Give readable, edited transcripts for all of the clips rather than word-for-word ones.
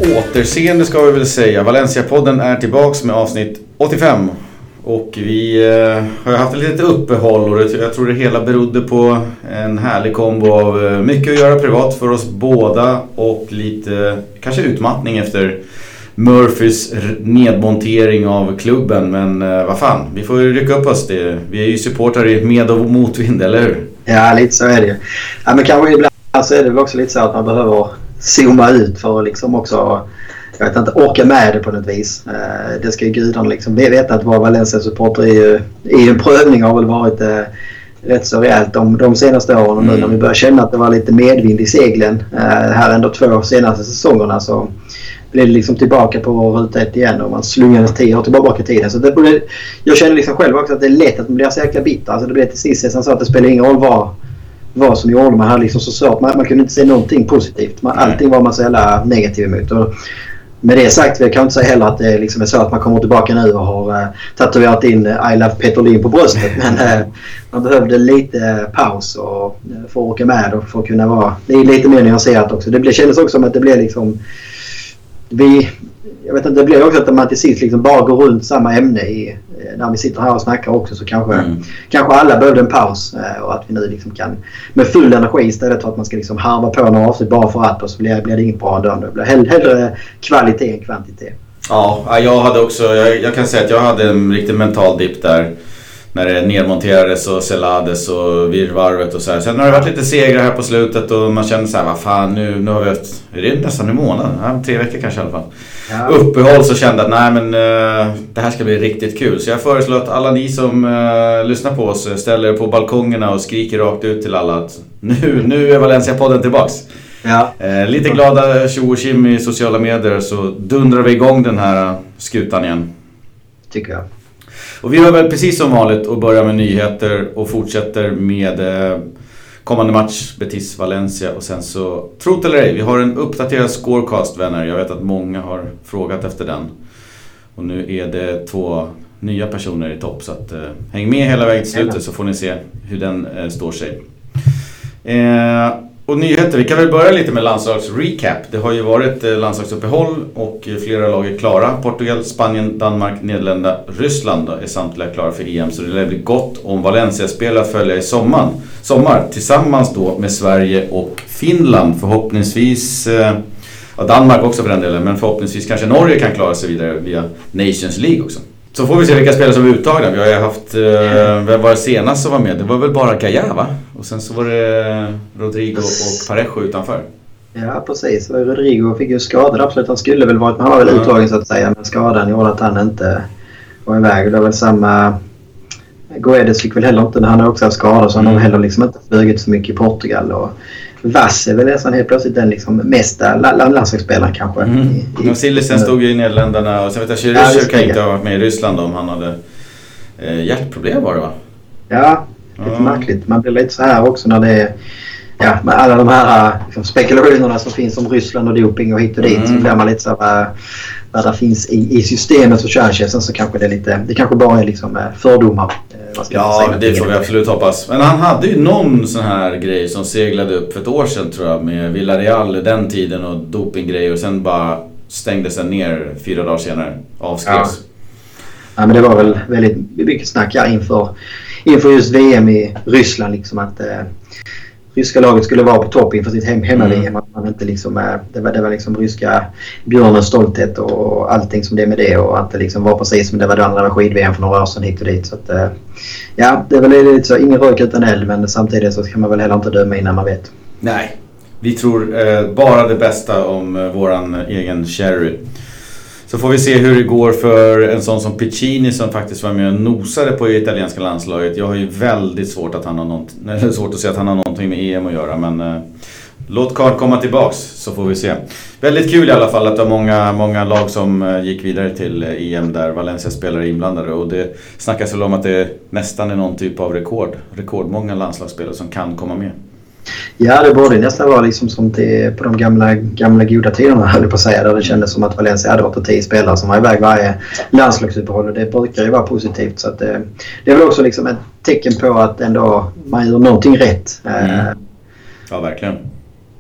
återseende ska vi väl säga. Valencia-podden är tillbaks med avsnitt 85. Och vi har haft ett litet uppehåll och jag tror det hela berodde på en härlig kombo av mycket att göra privat för oss båda och lite kanske utmattning efter Murphys nedmontering av klubben. Men vad fan, vi får ju rycka upp oss. Vi är ju supportrar i med- och motvind, eller hur? Ja, lite så är det ju. Ja, men kanske ibland så är det väl också lite så att man behöver zooma ut för att liksom också, jag vet inte, orka med det på något vis. Det ska ju gudarna liksom veta att vara Valencia-supporter är en prövning har väl varit rätt så rejält de senaste åren. Och nu när vi börjar känna att det var lite medvind i seglen här ändå 2 senaste säsongerna så blev det liksom tillbaka på ruta 1 igen och man slungades 10 år tillbaka i tiden. Så jag känner liksom själv också att det är lätt att man blir så jäkla bitter. Alltså det blev till sist nästan så att det spelar ingen roll vad som gjorde. Man hade liksom så svårt. Man kunde inte se någonting positivt. Allting var man så jävla negativ emot. Och med det sagt, vi kan inte säga heller att det liksom är så att man kommer tillbaka nu och har tatuerat in I Love Petrolin på bröstet. Men man behövde lite paus och för att åka med och för att kunna vara. Det är lite mer nyanserat också. Det kändes också som att det blev liksom jag vet inte, det blir också att man till sist liksom bara går runt samma ämne när vi sitter här och snackar också, så kanske alla behövde en paus och att vi nu liksom kan med full energi istället för att man ska liksom harva på några avsnitt bara för att och så blir det inget bra dömande. Det blir hellre kvalitet än kvantitet. Ja, jag hade också, jag kan säga att jag hade en riktig mental dipp där när det nedmonterades och selades och virrvarvet och så här. Sen har det varit lite segrar här på slutet och man känner så här, vad fan, nu har vi haft, är det nästan en månad? Ja, 3 veckor kanske i alla fall. Ja. Uppehåll, så kände att nej men det här ska bli riktigt kul. Så jag föreslår att alla ni som lyssnar på oss ställer er på balkongerna och skriker rakt ut till alla att nu är Valencia-podden tillbaks. Ja. Lite glada tjo och kim i sociala medier så dundrar vi igång den här skutan igen. Tycker jag. Och vi har väl precis som vanligt och börjar med nyheter och fortsätter med kommande match Betis Valencia och sen så, tro eller ej, vi har en uppdaterad scorecast, vänner. Jag vet att många har frågat efter den. Och nu är det 2 nya personer i topp så att häng med hela vägen till slutet så får ni se hur den står sig. Och nyheter, vi kan väl börja lite med landslagsrecap. Det har ju varit landslagsuppehåll och flera lag är klara. Portugal, Spanien, Danmark, Nederländerna, Ryssland är samtliga klara för EM. Så det lär bli gott om Valencia-spelare att följa i sommar tillsammans då med Sverige och Finland. Förhoppningsvis, Danmark också för den delen, men förhoppningsvis kanske Norge kan klara sig vidare via Nations League också. Så får vi se vilka spelare som är uttagna. Vi har ju haft, vem var det senast som var med? Det var väl bara Gaia, va? Och sen så var det Rodrigo och Parejo utanför. Ja, precis. Rodrigo fick ju skadad absolut. Han skulle väl varit, han var väl uttagen så att säga. Men skadan gjorde att han inte var iväg. Det var väl samma. Guedes fick väl heller inte när han också haft skador. Så han har heller liksom inte flugit så mycket i Portugal. Och Vass är väl nästan helt plötsligt den liksom mesta landslagsspelaren kanske. Silesen stod ju i Nederländerna och sen vet jag Chirurger kan inte ha varit med i Ryssland om han hade hjärtproblem var det, va? Ja, lite märkligt. Man blir lite så här också när det är med alla de här liksom, spekulationerna som finns om Ryssland och doping och hit och dit så blir man lite så här vad det finns i systemet för kärnkänslan så kanske det kanske bara är liksom fördomar. Det får vi absolut hoppas. Men han hade ju någon sån här grej som seglade upp för ett år sedan tror jag med Villarreal den tiden och dopinggrejer och sen bara stängdes den ner 4 dagar senare, avskrevs. Ja, men det var väl väldigt mycket snack inför just VM i Ryssland liksom att ryska laget skulle vara på topp inför sitt hemma-VM. Att man inte liksom, det var liksom ryska björnens stolthet och allting som det med det och att det liksom var precis som det var då när det var skid-VM för några år sedan hit och dit. Så att, det är väl lite så, ingen rök utan eld men samtidigt så kan man väl heller inte döma innan man vet. Nej, vi tror bara det bästa om våran egen Sherry. Så får vi se hur det går för en sån som Piccini som faktiskt var med och nosade på italienska landslaget. Jag har ju väldigt svårt att svårt att se att han har någonting med EM att göra. Men låt Karl komma tillbaks så får vi se. Väldigt kul i alla fall att det var många lag som gick vidare till EM där Valencia spelare inblandade. Och det snackas väl om att det nästan är någon typ av rekordmånga landslagsspelare som kan komma med. Ja, det borde nästan vara liksom som på de gamla goda tiderna höll jag på att säga, där det kändes som att Valencia hade 8-10 spelare som var iväg varje landslagsuppehåll och det brukar ju vara positivt så att det är väl också liksom ett tecken på att ändå man gör någonting rätt. Ja, verkligen.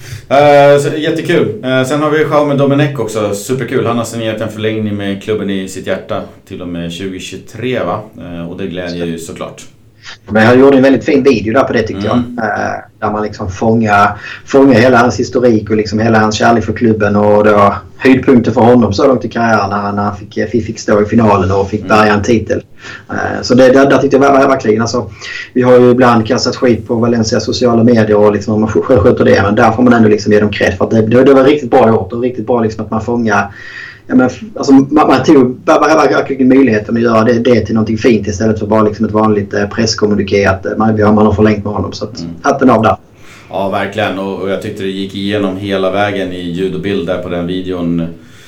Jättekul. Sen har vi Jaume Domenech också, superkul. Han har signerat en förlängning med klubben i sitt hjärta till och med 2023 va? Och det glädjer ju såklart. Men han gjorde en väldigt fin video där på det tyckte jag. Där man liksom fångar hela hans historik och liksom hela hans kärlek för klubben och då höjdpunkter för honom så långt i karriären när han fick stå i finalen och fick bärga en titel. Så det där tyckte jag var verkligen. Alltså, vi har ju ibland kastat skit på Valencias sociala medier och liksom man själv sköter det. Men där får man ändå liksom ge dem cred för att det var riktigt bra gjort och riktigt bra liksom att man fångar. Ja, men, alltså, man tog verkligen möjligheten att göra det till någonting fint istället för bara liksom ett vanligt presskommuniké att man har förlängt med honom. Så att, hatten av där. Ja, verkligen. Och jag tyckte det gick igenom hela vägen i ljud och bild där på den videon.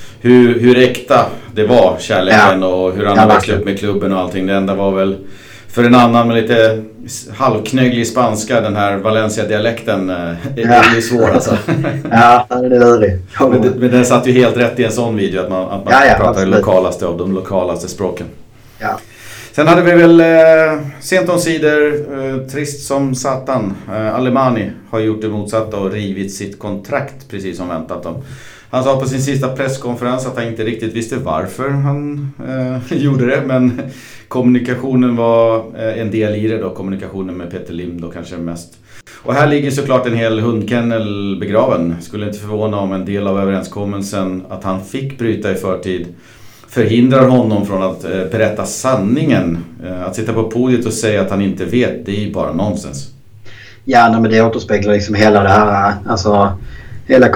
Hur äkta det var, kärleken och hur han växte upp med klubben och allting. Det enda var väl för en annan med lite halvknöglig spanska, den här Valencia-dialekten är ju svår alltså. Ja, det är lurig. Men den satt ju helt rätt i en sån video att man pratar det lokalaste av de lokalaste språken. Ja. Sen hade vi väl sent om sidor, trist som satan. Alemani har gjort det motsatta och rivit sitt kontrakt precis som väntat om. Han sa på sin sista presskonferens att han inte riktigt visste varför han gjorde det. Men kommunikationen var en del i det då. Kommunikationen med Peter Lim då kanske mest. Och här ligger såklart en hel hundkennel begraven. Skulle inte förvåna om en del av överenskommelsen att han fick bryta i förtid förhindrar honom från att berätta sanningen. Att sitta på podiet och säga att han inte vet, det är ju bara nonsens. Ja, men det återspeglar liksom hela det här, alltså hela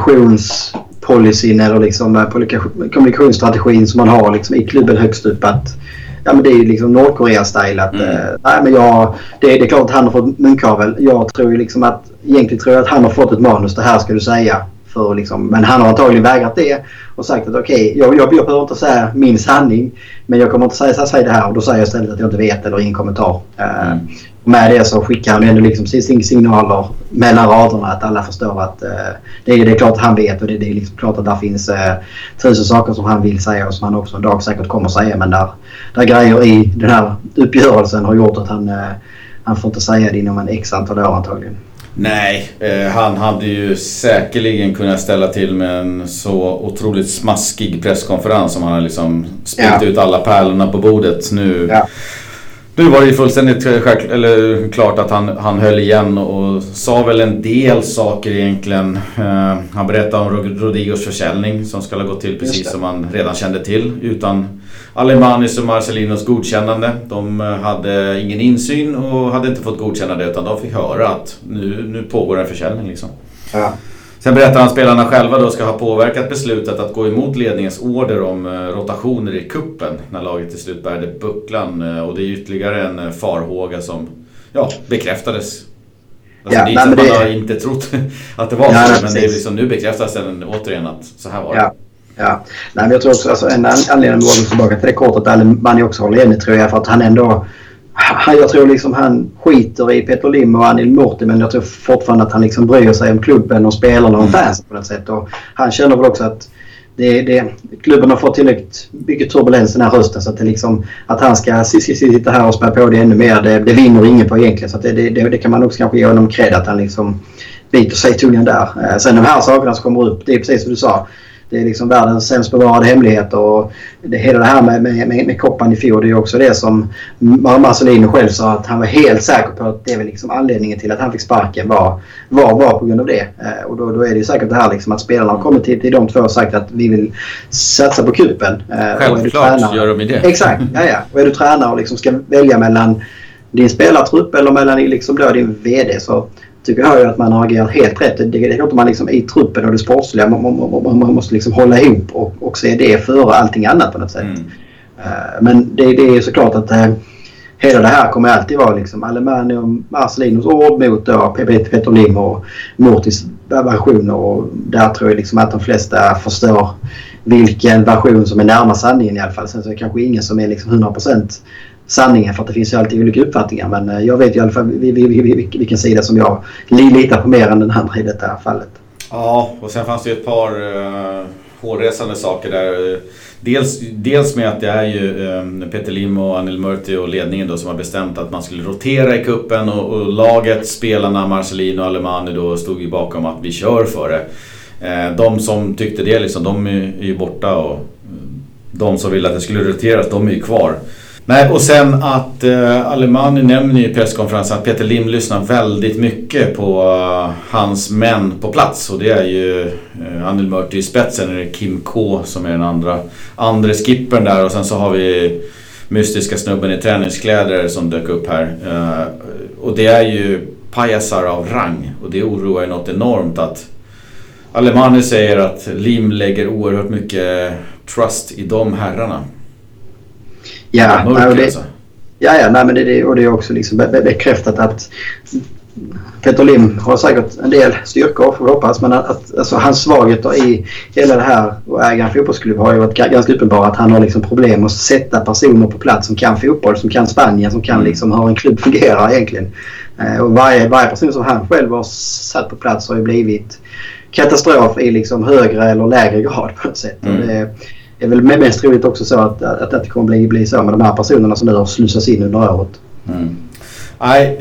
kommunikationspolicyn eller liksom kommunikationsstrategin som man har liksom i klubben högst upp att ja, men det är liksom Nordkorea-style att nej men det är klart att han har fått munkavel. Jag tror ju liksom att egentligen tror jag att han har fått ett manus, det här ska du säga. För liksom, men han har antagligen vägrat det och sagt att okej, jag behöver inte säga min sanning men jag kommer inte säga det här och då säger jag istället att jag inte vet eller ingen kommentar. Med det så skickar han ändå liksom signaler mellan raderna att alla förstår att det är klart att han vet och det är liksom klart att där finns 1000 saker som han vill säga och som han också en dag säkert kommer säga men där grejer i den här uppgörelsen har gjort att han får inte säga det inom en x antal år antagligen. Nej, han hade ju säkerligen kunnat ställa till med en så otroligt smaskig presskonferens som han har liksom spilt ut alla pärlorna på bordet. Nu var det ju fullständigt klart att han höll igen och sa väl en del saker egentligen. Han berättade om Rodrigos försäljning som skulle ha gått till precis som han redan kände till utan Alemanis och Marcelinos godkännande. De hade ingen insyn och hade inte fått godkänna det utan de fick höra att nu pågår en försäljning liksom. Ja. Sen berättar han spelarna själva då ska ha påverkat beslutet att gå emot ledningens order om rotationer i kuppen när laget till slut bärde bucklan och det är ytterligare en farhåga som bekräftades. Alltså, det är inte att man har inte trott att det var så men det är liksom, nu bekräftas den återigen att så här var det. Ja. Nej, men jag tror också alltså, en anledning att gå tillbaka till det kort att Alemani också håller igen tror jag för att han ändå jag tror liksom han skiter i Peter Lim och Anil Murti men jag tror fortfarande att han liksom bryr sig om klubben och spelarna och fans på något sätt och han känner väl också att klubben har fått tillräckligt mycket turbulens den här hösten så att det liksom att han ska sitta här och spä på det ännu mer det vinner ingen på egentligen så att det kan man också kanske ge honom cred att han liksom biter sig tungan där. Sen de här sakerna som kommer upp det är precis som du sa. Det är liksom världens sämst bevarade hemlighet och hela det här med koppan i fjol det är också det som Marcelino själv sa att han var helt säker på att det var liksom anledningen till att han fick sparken var på grund av det. Och då är det ju säkert det här liksom att spelarna har kommit till de två och sagt att vi vill satsa på kuppen. Självklart gör de i det. Exakt, ja. Och är du tränare och liksom ska välja mellan din spelartrupp eller mellan liksom då din vd så tycker jag ju att man har agerat helt rätt. Det är klart att man liksom i truppen och det sportsliga man måste liksom hålla ihop och se det före allting annat på något sätt. Men det är såklart att hela det här kommer alltid vara liksom Alemani och Marcelinos ord mot Peter Lim och Murtis versioner och där tror jag liksom att de flesta förstår vilken version som är närmast sanningen i alla fall. Sen så är det kanske ingen som är liksom 100% sanningen för att det finns ju alltid olika uppfattningar men jag vet i alla fall vilken sida som jag litar på mer än den andra i detta fallet. Ja, och sen fanns det ju ett par hårresande saker där. Dels med att det är ju Peter Lim och Anil Murti och ledningen då som har bestämt att man skulle rotera i kuppen och laget, spelarna Marcelino och Alemani då stod ju bakom att vi kör för det. De som tyckte det liksom, de är ju borta och de som ville att det skulle roteras, de är ju kvar. Nej, och sen att Alemani nämner i presskonferensen att Peter Lim lyssnar väldigt mycket på hans män på plats. Och det är ju Anil Murti i spetsen, det är Kim K som är den andra skippern där. Och sen så har vi mystiska snubben i träningskläder som dök upp här. Och det är ju pajasar av rang. Och det oroar ju något enormt att Alemani säger att Lim lägger oerhört mycket trust i de herrarna. Ja, men det är också liksom bekräftat att Peter Lim har säkert en del styrkor, får vi hoppas, men att alltså, hans svagheter i hela det här och äga en fotbollsklubb har ju varit ganska uppenbara. Att han har liksom problem att sätta personer på plats som kan fotboll, som kan Spanien, som kan liksom hur en klubb fungerar egentligen. Och varje person som han själv har satt på plats har ju blivit katastrof i liksom högre eller lägre grad på något sätt. Det är väl mest troligt också så att det kommer bli så med de här personerna som nu har slussats in under året. Nej,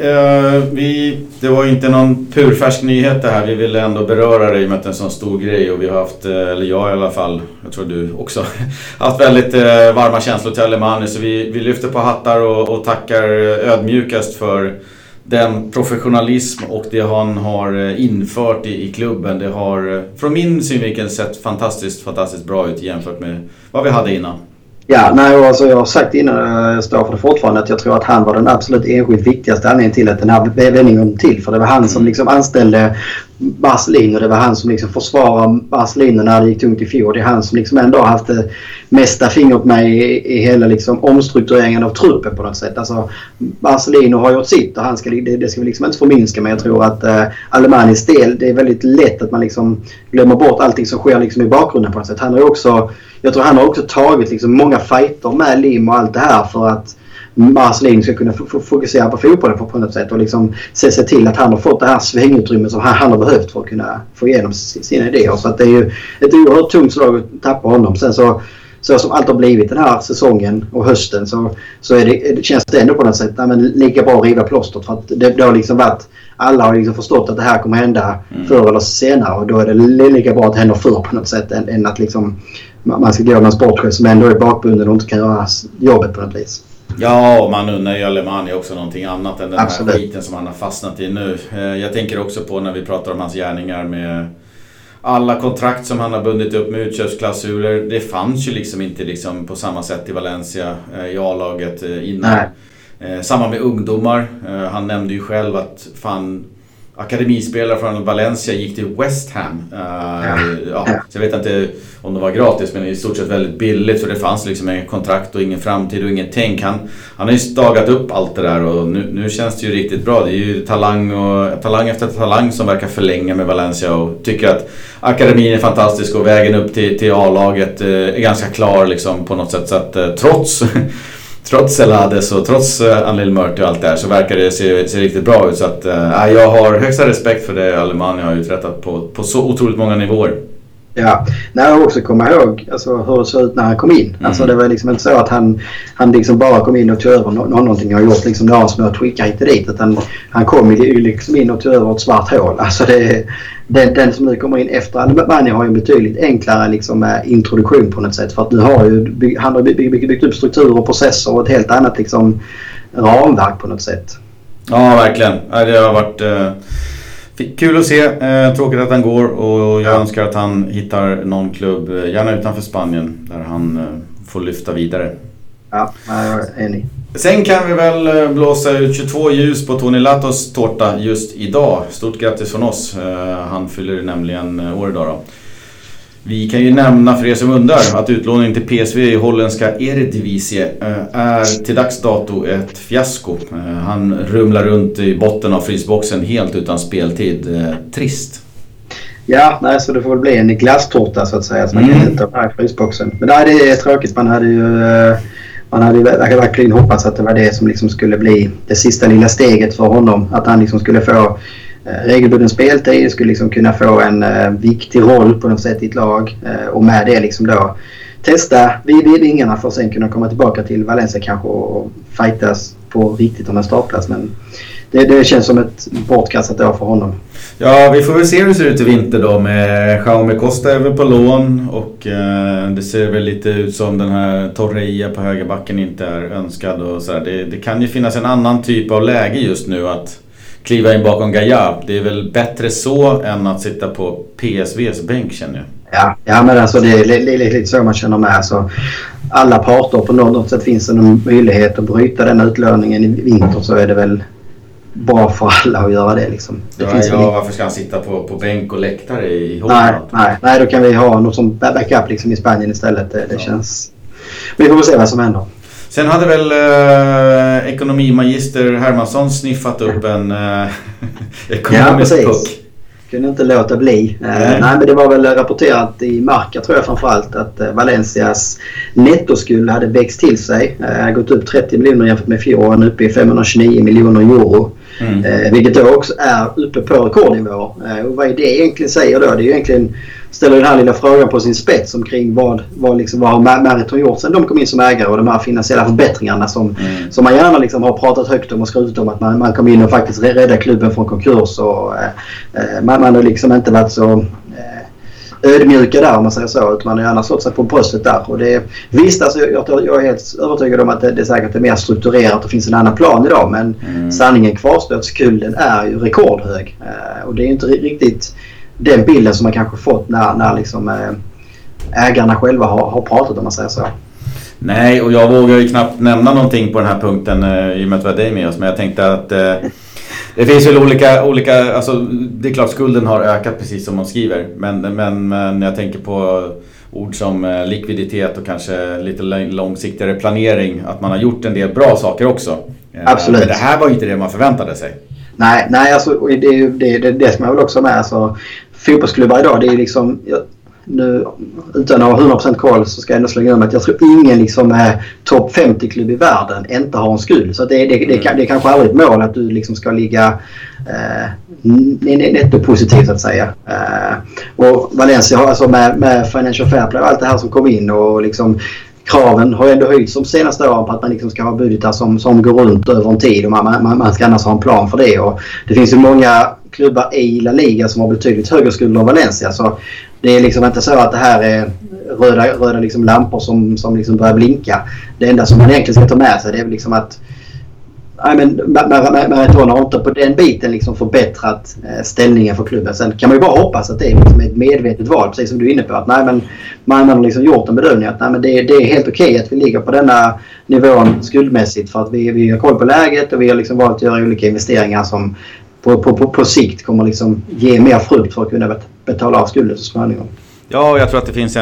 det var inte någon purfärsk nyhet det här. Vi ville ändå beröra det i och med att det är en sån stor grej. Och vi har haft, eller jag i alla fall, jag tror du också, haft väldigt varma känslor till Alemani. Så vi lyfter på hattar och tackar ödmjukast för den professionalism och det han har infört i klubben. Det har från min synvinkel sett fantastiskt bra ut jämfört med vad vi hade innan. Ja, nej, alltså jag har sagt innan, jag står för det fortfarande, att jag tror att han var den absolut enskilt viktigaste anledningen till att den här vändningen till. För det var han som liksom anställde Marcelino och det var han som liksom försvarade Marcelino när det gick tungt i fjol. Det är han som liksom ändå har haft det mesta fingret med i hela liksom omstruktureringen av truppen på något sätt. Alltså Marcelino har gjort sitt och det ska vi liksom inte förminska, men jag tror att Alemanis del, det är väldigt lätt att man liksom glömmer bort allting som sker liksom i bakgrunden på något sätt. Jag tror han har också tagit liksom många fighter med Lim och allt det här för att Marcelino ska kunna fokusera på fotbollen på något sätt och liksom se till att han har fått det här svängutrymmet som han har behövt för att kunna få igenom sina idéer. Så att det är ju ett oerhört tungt slag att tappa honom. Sen så som allt har blivit den här säsongen och hösten så känns det ändå på något sätt lika bra att riva plåstret, för att det har liksom varit, alla har liksom förstått att det här kommer hända förr eller senare, och då är det lika bra att det händer förr på något sätt än att liksom man ska gå med en sportchef som ändå är bakbunden och inte kan göra jobbet på något vis. Ja, och man undrar ju Alemani också någonting annat än den här skiten som han har fastnat i nu. Jag tänker också på när vi pratar om hans gärningar med alla kontrakt som han har bundit upp med utköpsklausuler. Det fanns ju liksom inte liksom på samma sätt i Valencia i A-laget innan. Samma med ungdomar. Han nämnde ju själv att akademispelare från Valencia gick till West Ham. Så jag vet inte om det var gratis, men i stort sett väldigt billigt, så det fanns liksom ingen kontrakt och ingen framtid och ingen tänk. Han har ju stagat upp allt det där och nu känns det ju riktigt bra. Det är ju talang efter talang som verkar förlänga med Valencia och tycker att akademin är fantastisk och vägen upp till A-laget är ganska klar liksom på något sätt. Så att trots Elades och trots Anil Murti och allt det här så verkar det se riktigt bra ut. Så att jag har högsta respekt för det Alemani har uträttat på så otroligt många nivåer. Ja, när jag också kommer ihåg alltså, hur det såg ut när han kom in. Alltså det var liksom inte så att han liksom bara kom in och tog över någonting och gjort liksom några små tweakar hit och dit. Utan han kom liksom in och tog över ett svart hål. Alltså den som nu kommer in efter Alemani har ju en betydligt enklare liksom, introduktion på något sätt. För att nu han har byggt upp strukturer och processer och ett helt annat liksom, ramverk på något sätt. Ja, verkligen. Det har varit kul att se. Tråkigt att han går och jag önskar att han hittar någon klubb, gärna utanför Spanien, där han får lyfta vidare. Ja, jag är enig. Sen kan vi väl blåsa ut 22 ljus på Tony Latos tårta just idag. Stort grattis från oss. Han fyller nämligen år idag då. Vi kan ju nämna för er som undrar att utlåningen till PSV i holländska Eredivisie är till dags dato ett fiasko. Han rumlar runt i botten av frysboxen helt utan speltid. Trist. Ja, nej, så det får väl bli en glasstårta så att säga. Så man kan inte ta här i frysboxen. Men nej, det är tråkigt. Man hade ju verkligen hoppats att det var det som liksom skulle bli det sista lilla steget för honom. Att han liksom skulle få regelbunden speltid, skulle liksom kunna få en viktig roll på något sätt i ett lag och med det liksom då testa vid vingarna för att sen kunna komma tillbaka till Valencia kanske och fightas på riktigt om en startplats. Men det känns som ett bortkastat år för honom. Ja, vi får väl se hur det ser ut i vinter då med Jaume Costa över på lån och det ser väl lite ut som den här Torreia på högerbacken inte är önskad och så här. Det kan ju finnas en annan typ av läge just nu att kliva in bakom Gaia. Det är väl bättre så än att sitta på PSVs bänk, känner jag. Ja, men alltså det är lite så man känner med. Alltså, alla parter på något sätt finns det en möjlighet att bryta den utlöningen i vinter, så är det väl bra för alla att göra det liksom. Varför ska han sitta på bänk och läktare i Holland? Nej, då kan vi ha något som backup liksom i Spanien istället. Det känns... Vi får väl se vad som händer. Sen hade väl ekonomimagister Hermansson sniffat upp en ekonomisk puck. Kunde inte låta bli. Nej, men det var väl rapporterat i Marca, tror jag framförallt, att Valencias nettoskuld hade växt till sig. Gått upp 30 miljoner jämfört med fjol, uppe i 529 miljoner euro. Vilket då också är uppe på rekordnivå. Och vad är det egentligen säger då? Det är ju egentligen, ställer den här lilla frågan på sin spets omkring vad har Meriton gjort sen de kom in som ägare och de här finansiella förbättringarna som man gärna liksom har pratat högt om och skrutit om, att man kom in och faktiskt rädda klubben från konkurs och man har liksom inte varit så ödmjuka där, om man säger så, utan man har gärna slått sig på bröstet där. Och det, visst, alltså, jag är helt övertygad om att det är säkert är mer strukturerat och finns en annan plan idag, men sanningen kvarstår att skulden är ju rekordhög. Och det är inte riktigt den bilden som man kanske fått när liksom, ägarna själva har pratat, om man säger så. Nej, och jag vågar ju knappt nämna någonting på den här punkten i och med att vi har dig med oss, men jag tänkte att det finns väl olika, alltså det är klart skulden har ökat precis som man skriver, men jag tänker på ord som likviditet och kanske lite långsiktigare planering, att man har gjort en del bra saker också. Absolut. Men det här var inte det man förväntade sig. Nej, alltså det som jag väl också med, alltså fotbollsklubbar idag, det är liksom, nu utan att ha 100% koll så ska jag ändå slänga om att jag tror ingen liksom topp 50-klubb i världen inte har en skuld. Så det är kanske aldrig ett mål att du liksom ska ligga nettopositivt, så att säga. Och Valencia har alltså med Financial Fair Play och allt det här som kom in, och liksom kraven har ändå höjts de senaste åren på att man liksom ska ha budgetar som går runt över en tid, och man ska annars ha en plan för det. Och det finns ju många klubbar i La Liga som har betydligt högre skulder än Valencia, så det är liksom inte så att det här är röda liksom lampor som liksom börjar blinka. Det enda som man egentligen ska ta med sig, det är liksom att Meriton har inte på den biten liksom förbättrat ställningen för klubben. Sen kan man ju bara hoppas att det är liksom ett medvetet val, precis som du är inne på, att man har liksom gjort en bedömning att det är helt okej att vi ligger på denna nivån skuldmässigt, för att vi har koll på läget och vi har liksom valt att göra olika investeringar som på sikt kommer liksom ge mer frukt för att kunna betala av skulden så småningom. Ja, jag tror att det finns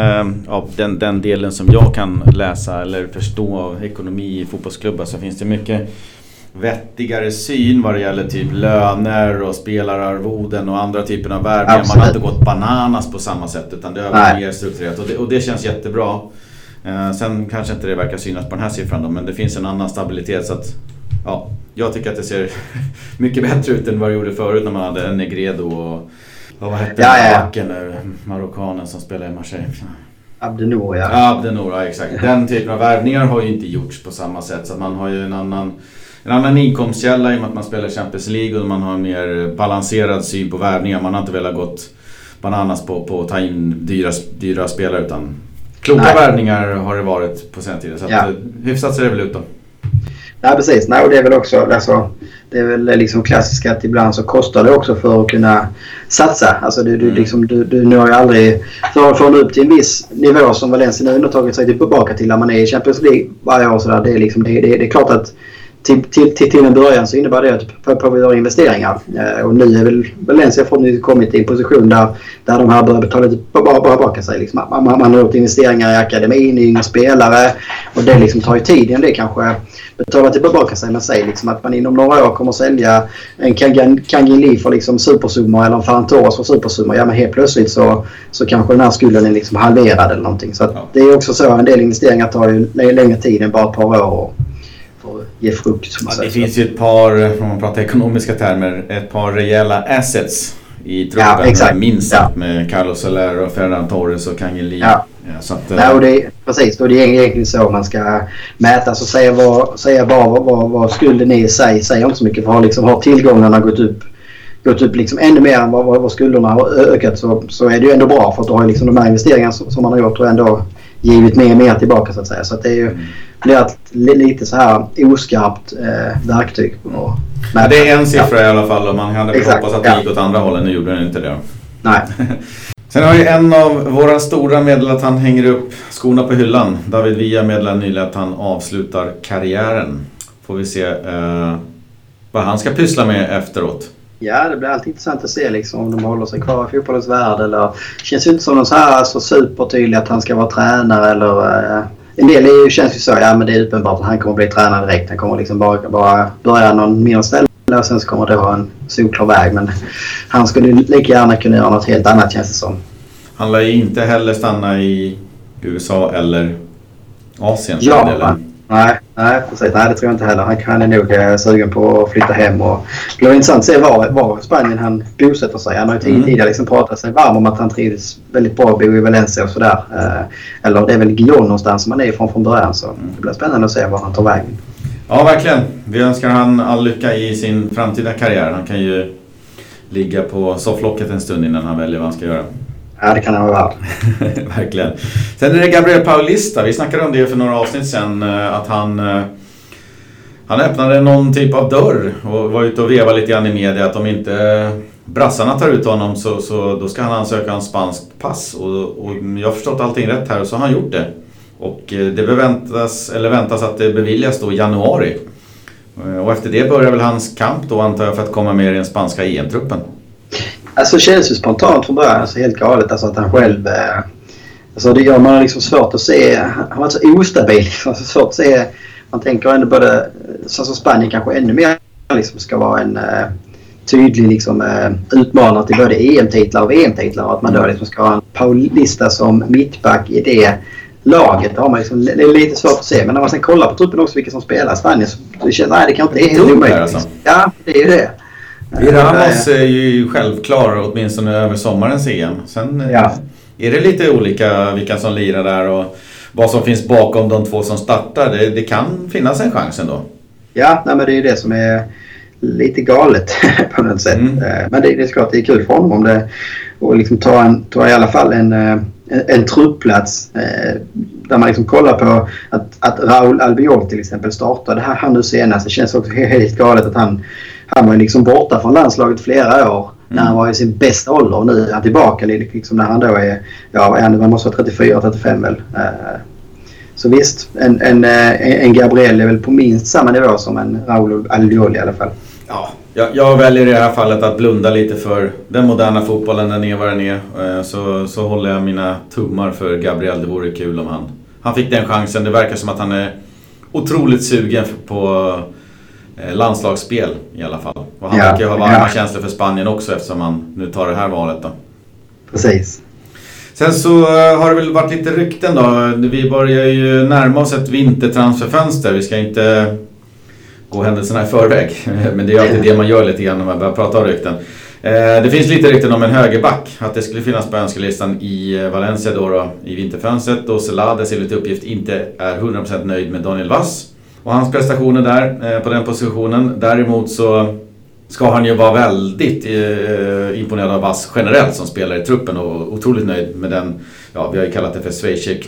den delen som jag kan läsa eller förstå av ekonomi i fotbollsklubbar, så finns det mycket vettigare syn vad det gäller typ löner och spelararvoden och andra typer av värvningar. Man har inte gått bananas på samma sätt, utan det är mer strukturerat och det känns jättebra. Sen kanske inte det verkar synas på den här siffran då, men det finns en annan stabilitet, så att ja, jag tycker att det ser mycket bättre ut än vad det gjorde förut när man hade Negredo och vad hette backen där, marockanen som spelar i Marseille. Abdenour, Abdenour, exakt. Den typen av värvningar har ju inte gjorts på samma sätt, så att man har ju en annan inkomstkälla i och med att man spelar Champions League, och man har en mer balanserad syn på värvningar. Man har inte velat gått bananas på att ta in dyra spelare, utan kloka värvningar har det varit på sen tiden, så att hyfsat ser det väl ut då. Ja, precis. Och det är väl också, alltså, det är väl liksom klassiskt att ibland så kostar det också för att kunna satsa. Alltså du når ju aldrig, för att få upp till en viss nivå som Valencia nu har tagit sig tillbaka till när man är i Champions League varje år. Så där, det är klart att till en början så innebär det att på göra investeringar. Och nu är väl Valencia förhoppningsvis kommit till en position där de här börjar betala tillbaka sig. Liksom. Man har gjort investeringar i akademin, i yngre spelare, och det liksom tar ju tid innan det kanske betalar tillbaka sig. Men säg liksom att man inom några år kommer att sälja en Kangin Lee för liksom supersummor, eller en Ferran Torres för supersummor. Ja, men helt plötsligt så kanske den här skulden är liksom halverad eller någonting. Så att det är också så, en del investeringar tar ju längre tid än bara ett par år ge frukt. Det finns ju ett par, om man pratar ekonomiska termer, ett par rejäla assets i truppen, minst med Carlos Soler och Ferran Torres och Kangin Lee. Ja, så att, nej, och det är, precis, och det är egentligen så man ska mäta. Så säga vad skulden är i sig säger inte så mycket. För har tillgångarna gått upp liksom ännu mer än vad skulderna har ökat, så är det ju ändå bra, för att då har liksom de här investeringarna som man har gjort och ändå givit mer tillbaka, så att säga. Så att det är ju lite så här oskarpt verktyg. Ja, det är en siffra i alla fall, och man hade hoppas att det gick åt andra hållet. Nu gjorde den inte det. Nej. Sen har ju en av våra stora meddelat att han hänger upp skorna på hyllan. David Villa meddelade nyligen att han avslutar karriären. Får vi se vad han ska pyssla med efteråt. Ja, det blir alltid intressant att se liksom, om de håller sig kvar i fotbollens värld. Eller känns ju inte som någon så här så supertydlig att han ska vara tränare. Eller, en del känns ju så, men det är uppenbart att han kommer bli tränare direkt. Han kommer liksom bara börja någon mindre ställe och sen så kommer det vara en solklar väg. Men han skulle lika gärna kunna göra något helt annat, känns det som. Han lär ju inte heller stanna i USA eller Asien. Ja, nej, precis. Nej, det tror jag inte heller. Han är nog sugen på att flytta hem. Och det blir intressant att se var Spanien han bosätter sig. Han har ju tidigare liksom pratat sig varm om att han trivs väldigt bra att bo i Valencia och sådär. Eller det är väl Gion någonstans som han är ifrån från början. Så det blir spännande att se var han tar vägen. Ja, verkligen. Vi önskar han all lycka i sin framtida karriär. Han kan ju ligga på sofflocket en stund innan han väljer vad han ska göra. Ja, det kan han vara värd. Verkligen. Sen är det Gabriel Paulista. Vi snackade om det för några avsnitt sen. Att han öppnade någon typ av dörr och var ute och vevade lite grann i media. Att om inte brassarna tar ut honom så då ska han ansöka om spanskt pass. Och jag har förstått allting rätt här, och så har han gjort det. Och det väntas att det beviljas då i januari. Och efter det börjar väl hans kamp då, antar jag, för att komma med i den spanska EM-truppen. Alltså känns ju spontant från början, alltså helt galet, alltså att han själv, alltså det gör man liksom svårt att se, han var så ostabil liksom, så svårt att se, man tänker ändå både, så Spanien kanske ännu mer liksom ska vara en tydlig liksom utmanare till både EM-titlar och VM-titlar, och att man då liksom ska ha en Paulista som mittback i det laget. Det har man liksom, det är lite svårt att se, men när man sen kollar på truppen också vilka som spelar i Spanien, så det känns, nej, det kan inte, det är helt omöjligt. Alltså. Ja, det är ju det. Ramos är ju självklar åtminstone över sommarens EM. Sen är det lite olika vilka som lirar där och vad som finns bakom de två som startar. Det kan finnas en chans ändå. Ja, nej, men det är ju det som är lite galet på något sätt. Men det är klart, det är kul för honom om det, och liksom ta i alla fall en truppplats där man liksom kollar på att Raúl Albiol till exempel startade här nu senast. Det känns också helt galet att han var liksom borta från landslaget flera år när han var i sin bästa ålder, och nu är han tillbaka liksom när han då är, man måste vara 34-35 väl. Så visst, en Gabriel är väl på minst samma nivå som en Raúl Albiol i alla fall. Ja, jag väljer i det här fallet att blunda lite för den moderna fotbollen, den är vad den är. Så håller jag mina tummar för Gabriel. Det vore kul om han fick den chansen. Det verkar som att han är otroligt sugen på landslagsspel i alla fall. Och han verkar ha varma känslor för Spanien också, eftersom han nu tar det här valet då. Precis. Sen så har det väl varit lite rykten då. Vi börjar ju närma oss ett vintertransferfönster. Vi ska inte gå händelserna i förväg. Men det är alltid det man gör lite grann när man börjar prata om rykten. Det finns lite rykten om en högerback. Att det skulle finnas på önskelistan i Valencia då i vinterfönstret. Då Celades enligt uppgift inte är 100% nöjd med Daniel Vass och hans prestationer där på den positionen. Däremot så ska han ju vara väldigt imponerad av Vass generellt som spelar i truppen och otroligt nöjd med den, vi har ju kallat det för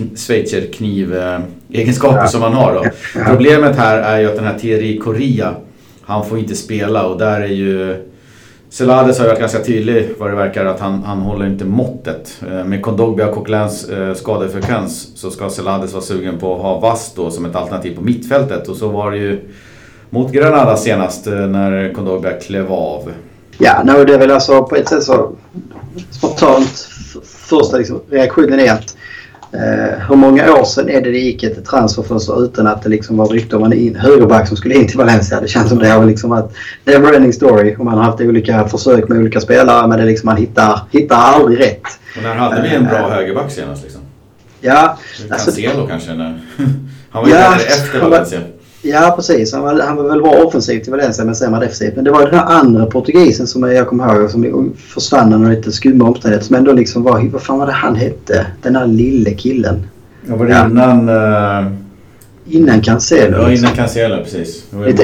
schweizerkniv-egenskaper som han har då. Problemet här är ju att den här Thierry Correa, han får inte spela, och där är ju Celades har varit ganska tydlig vad det verkar att han håller inte måttet. Med Kondogbia och Coquelins skadefrekvens så ska Celades vara sugen på att ha Vass då som ett alternativ på mittfältet, och så var det ju mot Granada senast när Kondogbia klev av. Ja, det är väl alltså på ett sätt så spontant första liksom, reaktionen är att hur många år sedan är det gick ett transferfönster utan att det liksom var rykte om en högerback som skulle in till Valencia. Det känns som det har liksom att det är en running story, och man har haft olika försök med olika spelare, men det liksom, man hittar aldrig rätt. Och när hade vi en bra högerback senast liksom? Ja, Cancelo kanske när han var ju efter Valencia. Ja, precis. Han var väl bra offensivt i Valencia men sämre defensivt. Men det var den här andra portugisen som jag kommer ihåg som försvann under lite skumma omständigheter. Som ändå liksom var, vad fan var det han hette? Den här lille killen. Ja, var det innan... Innan Cancelo. Ja, innan Cancelo, precis. Lite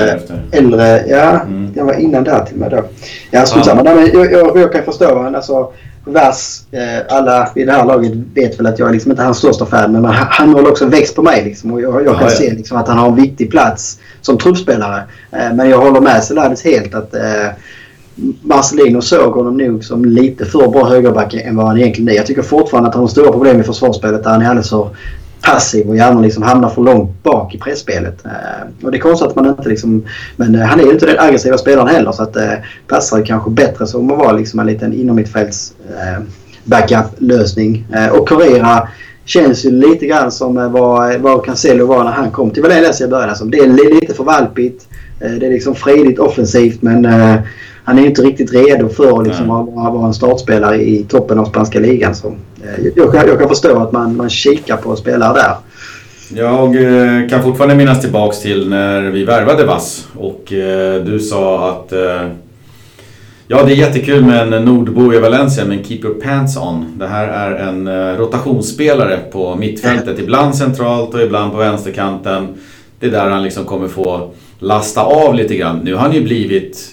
äldre, ja. Jag var innan där till och med då. Ja, skitsamma. Jag kan förstå vad han, alltså, Vass, alla i det här laget vet väl att jag är liksom inte hans största fan, men han har också växt på mig liksom, och jag kan se liksom att han har en viktig plats som truppspelare. Men jag håller med Celades helt att Marcelino såg honom nog som lite för bra högerback än vad han egentligen är. Jag tycker fortfarande att han har stora problem i försvarsspelet där han är alldeles så passiv och gärna liksom hamnar för långt bak i pressspelet. Och det är konstigt att man inte liksom... Men han är ju inte den aggressiva spelaren heller, så att passar kanske bättre så man var liksom en liten inomhittfälts backup-lösning. Och Correa känns ju lite grann som vad Cancelo var när han kom till Valencia i början. Alltså, det är lite för valpigt. Det är liksom fredigt offensivt, men han är ju inte riktigt redo för att liksom vara en startspelare i toppen av spanska ligan. Så, jag kan förstå att man kikar på spelare där. Jag kan fortfarande minnas tillbaks till när vi värvade Vass och du sa att ja, det är jättekul med en nordbo i Valencia, men keep your pants on. Det här är en rotationsspelare på mittfältet, ibland centralt och ibland på vänsterkanten. Det är där han liksom kommer få lasta av lite grann. Nu har han ju blivit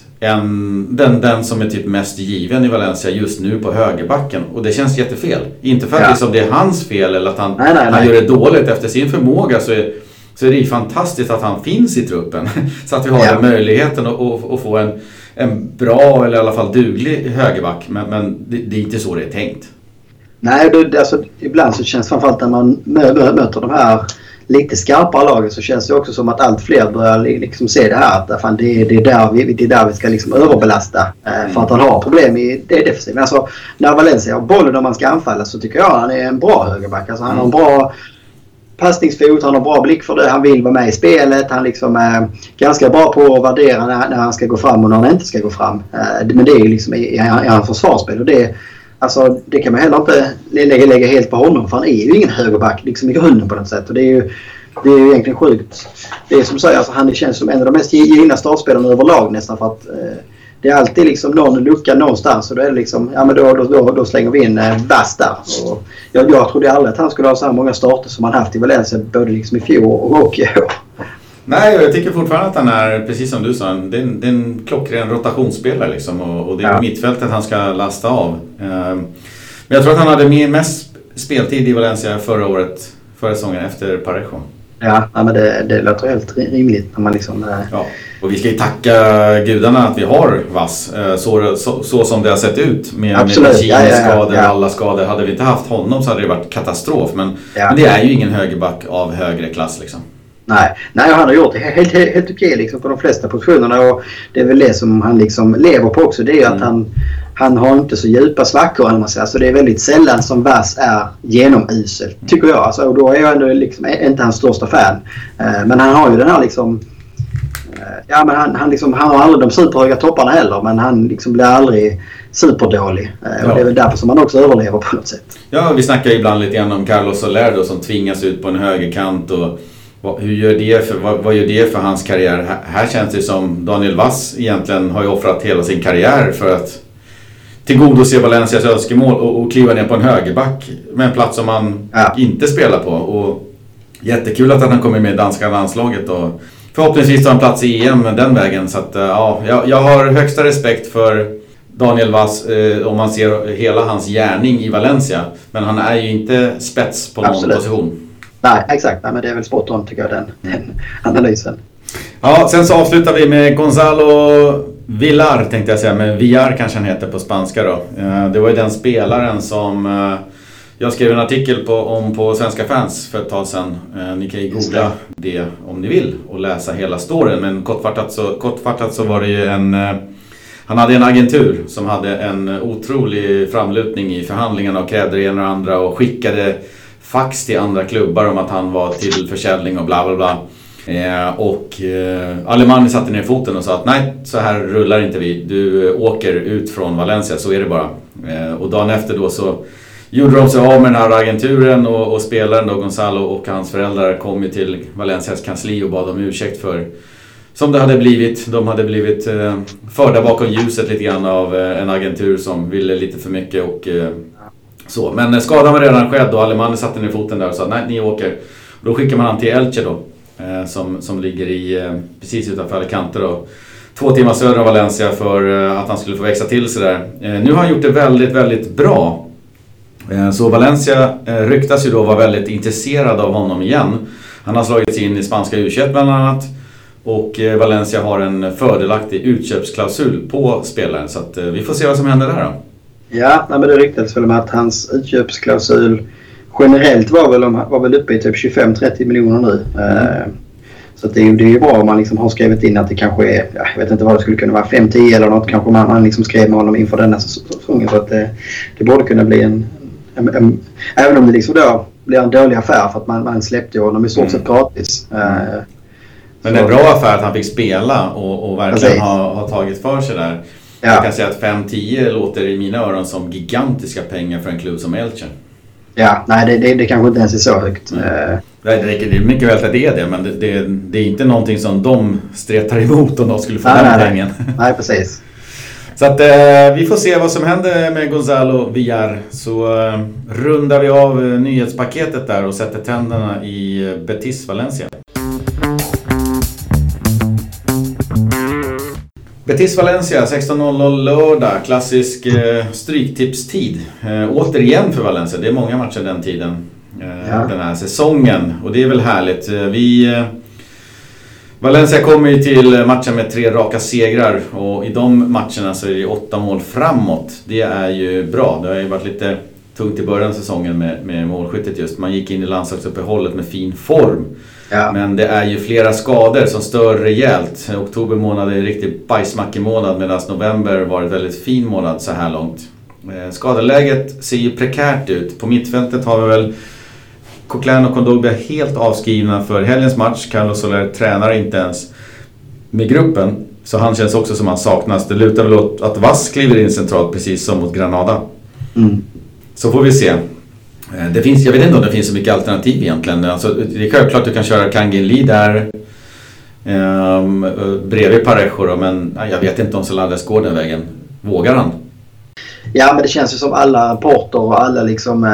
den som är typ mest given i Valencia just nu på högerbacken. Och det känns jättefel. Inte för att liksom det är hans fel eller att han gör det dåligt efter sin förmåga, så är det ju fantastiskt att han finns i truppen. Så att vi har den möjligheten att få en bra eller i alla fall duglig högerback. Men det är inte så det är tänkt. Nej, alltså, ibland så känns framförallt när man möter de här lite skarpare lagen, så känns det också som att allt fler börjar liksom se det här att fan, det är där vi ska liksom överbelasta för att han har problem i det defensiva. Alltså, när Valencia har bollen och man ska anfalla, så tycker jag han är en bra högerback. Alltså, han har en bra passningsfot, han har bra blick för det, han vill vara med i spelet, han liksom är ganska bra på att värdera när han ska gå fram och när han inte ska gå fram. Men det är ju liksom i hans försvarsspel, och det kan man heller inte lägga helt på honom, för han är ju ingen högerback liksom i grunden på något sätt. Och det är ju egentligen sjukt. Det är som säger, alltså, han känns som en av de mest givna startspelarna överlag nästan, för att det är alltid liksom någon lucka någonstans, och då är det liksom, ja men då slänger vi in Vass där. Och jag trodde aldrig att han skulle ha så här många starter som han haft i Valencia både liksom i fjol och i år. Nej, jag tycker fortfarande att han är, precis som du sa, det är en klockren rotationsspelare liksom, och det är på mittfältet han ska lasta av. Men jag tror att han hade mest speltid i Valencia förra säsongen efter Parejo. Ja, men det låter helt rimligt när man liksom... Ja, och vi ska ju tacka gudarna att vi har Vass så som det har sett ut med skador och alla skador. Hade vi inte haft honom så hade det varit katastrof, men det är ju ingen högerback av högre klass liksom. Nej, han har gjort det helt okej liksom på de flesta positionerna, och det är väl det som han liksom lever på också. Det är ju att han har inte så djupa svackor, eller man säger. Så det är väldigt sällan som Vass är genomusel, tycker jag. Alltså, och då är jag ändå liksom inte hans största fan. Men han har ju den här liksom... Ja, men han har aldrig de superhöga topparna heller, men han liksom blir aldrig superdålig. Och det är väl därför som han också överlever på något sätt. Ja, vi snackar ibland lite grann om Carlos Soler då, som tvingas ut på en högerkant, och vad gör det för hans karriär? Här känns det som Daniel Vass egentligen har ju offrat hela sin karriär för att tillgodose Valencias önskemål och kliva ner på en högerback med en plats som han inte spelar på. Och jättekul att han kommer med i danska landslaget, och förhoppningsvis tar en plats i EM den vägen. Så att, jag har högsta respekt för Daniel Vass om man ser hela hans gärning i Valencia. Men han är ju inte spets på någon position. Nej, exakt. Nej, men det är väl spot on, tycker jag, den analysen. Ja, sen så avslutar vi med Gonzalo Villar, tänkte jag säga. Men Villar kanske han heter på spanska då. Det var ju den spelaren som jag skrev en artikel om på Svenska Fans för ett tag sedan. Ni kan ju googla det om ni vill och läsa hela storyn. Men kortfattat så var det ju han hade en agentur som hade en otrolig framlutning i förhandlingarna och krävde det ena och andra och skickade fax till andra klubbar om att han var till försäljning och bla bla bla. Alemani satte ner foten och sa att nej, så här rullar inte vi. Du åker ut från Valencia, så är det bara. Och dagen efter då så gjorde de sig av med den här agenturen och spelaren då, Gonzalo och hans föräldrar kom ju till Valencias kansli och bad om ursäkt för som det hade blivit. De hade blivit förda bakom ljuset lite grann av en agentur som ville lite för mycket och så. Men skadan var redan skedd och Alemany satte ner foten där och sa nej, ni åker. Och då skickar man han till Elche då, som ligger i precis utanför Alicante då. 2 timmar söder om Valencia för att han skulle få växa till sig där. Nu har han gjort det väldigt, väldigt bra. Så Valencia ryktas ju då vara väldigt intresserad av honom igen. Han har slagit sig in i spanska U21 bland annat. Och Valencia har en fördelaktig utköpsklausul på spelaren. Så att vi får se vad som händer där då. Ja, men det ryktades väl om att hans utköpsklausul generellt var väl uppe i typ 25-30 miljoner nu. Så att det är ju bra om man liksom har skrivit in att det kanske är, jag vet inte vad det skulle kunna vara, 5-10 eller något. Kanske man liksom skrev med honom inför denna säsongen. Så att det borde kunna bli en även om det liksom då blir en dålig affär för att man släppte honom i stort sett gratis. Men det är en bra affär att han fick spela och verkligen har tagit för sig där. Ja. Jag kan säga att 5-10 låter i mina öron som gigantiska pengar för en klubb som Elche. Ja, nej det kanske inte ens är så högt. Det är mycket väl att det är det, men det är inte någonting som de stretar emot om de skulle få den pengen. Nej, precis. Så att vi får se vad som händer med Gonzalo Villar. Så rundar vi av nyhetspaketet där och sätter tänderna i Betis Valencia. Betis Valencia 16.00 lördag, klassisk stryktipstid. Återigen för Valencia, det är många matcher den tiden den här säsongen. Och det är väl härligt. Valencia kommer ju till matchen med 3 raka segrar. Och i de matcherna så är det 8 mål framåt. Det är ju bra. Det har ju varit lite tungt i början av säsongen med målskyttet just. Man gick in i landslagsuppehållet med fin form. Ja. Men det är ju flera skador som stör rejält. Oktober månad är en riktigt bajsmackig månad medan november var ett väldigt fin månad så här långt. Skadeläget ser ju prekärt ut. På mittfältet har vi väl Coquelin och Kondogbia helt avskrivna för helgens match. Carlos Soler tränar inte ens med gruppen. Så han känns också som han saknas. Det lutar väl åt att Vass kliver in centralt precis som mot Granada. Så får vi se. Jag vet inte om det finns så mycket alternativ egentligen. Alltså, det är självklart att du kan köra Kangin Lee där bredvid Parejo då, men jag vet inte om Celades går den vägen. Vågar han? Ja, men det känns ju som alla rapporter och alla liksom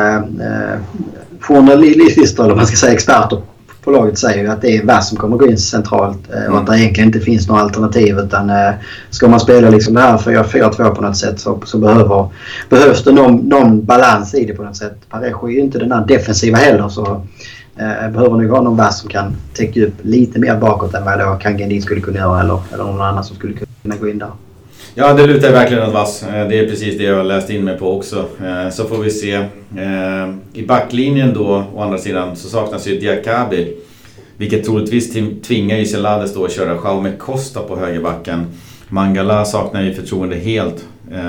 journalister eller man ska säga experter på laget säger ju att det är Vass som kommer gå in centralt och att det egentligen inte finns några alternativ, utan ska man spela liksom det här 4-4-2 på något sätt så behövs det någon balans i det på något sätt. Parejo är ju inte den här defensiva heller, så behöver nog ha någon Vass som kan täcka upp lite mer bakåt än vad då Kangin skulle kunna göra eller någon annan som skulle kunna gå in där. Ja, det lutar verkligen att Vass. Det är precis det jag har läst in mig på också. Så får vi se. I backlinjen då, å andra sidan, så saknas ju Diakabi. Vilket troligtvis tvingar ju Celades då att köra Jaume Costa på högerbacken. Mangala saknar ju förtroende helt.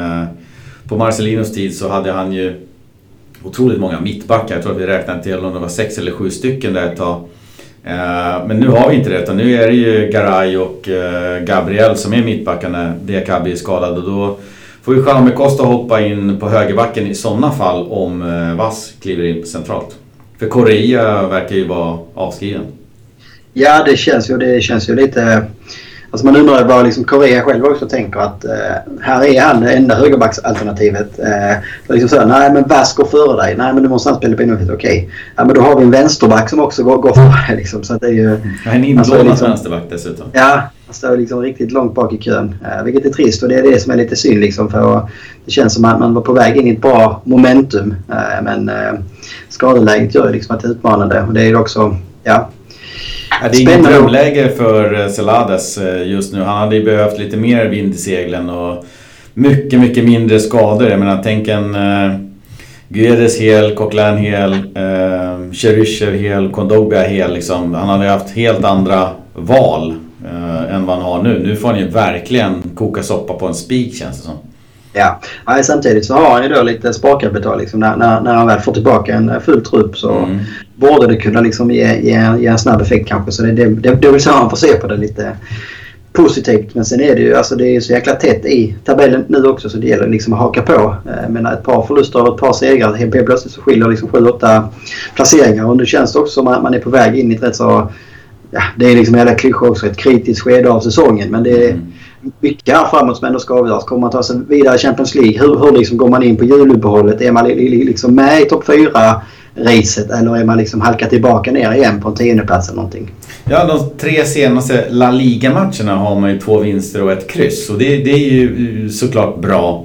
På Marcelinos tid så hade han ju otroligt många mittbackar. Jag tror att vi räknade till om det var 6 eller 7 stycken där ett tag. Men nu har vi inte det, utan nu är det ju Garay och Gabriel som är mittbackarna. Diakabi är skadad och då får ju Jaume Costa hoppa in på högerbacken i sådana fall om Vass kliver in centralt. För Correa verkar ju vara avskriven. Ja, det känns ju lite. Alltså man undrar vad liksom Correa själv också tänker att här är han det enda högerbacksalternativet. Liksom så, nej men Vass går före dig. Nej men du måste spela på inåt. Okej. Ja, men då har vi en vänsterback som också går före dig liksom, så att det är ju en inlånad liksom, vänsterback dessutom. Ja, han står liksom riktigt långt bak i kön. Vilket är trist, och det är det som är lite synd liksom, för det känns som att man var på väg in i ett bra momentum, men skadeläget gör liksom att det är utmanande, och det är också det är inget drömläge för Celades just nu. Han hade ju behövt lite mer vind i seglen och mycket, mycket mindre skador. Jag menar, tänk en Guedes hel, Coquelin hel, Cheryshev hel, Kondogbia hel. Liksom. Han hade haft helt andra val än vad han har nu. Nu får han ju verkligen koka soppa på en spik, känns det som. Ja, samtidigt så har han ju då lite sparkapital liksom, när han väl får tillbaka en full trupp, så borde det kunna liksom ge en snabb effekt kanske. Så det är väl så han får se på det lite positivt. Men sen är det ju, alltså det är så jäkla tätt i tabellen nu också, så det gäller liksom att haka på. Men ett par förluster och ett par segrar, helt plötsligt så skiljer liksom 7-8 placeringar. Och nu känns det också som att man är på väg in i ett rätt så, ja, det är liksom hela klyschor också, ett kritiskt skede av säsongen. Men det är mycket här framåt som ändå ska avgöras. Kommer man ta sig vidare i Champions League? Hur liksom går man in på juluppehållet? Är man liksom med i topp 4-racet, eller är man liksom halkat tillbaka ner igen på en 10:e plats eller någonting? Ja, de 3 senaste La Liga-matcherna har man ju 2 vinster och 1 kryss. Och det är ju såklart bra.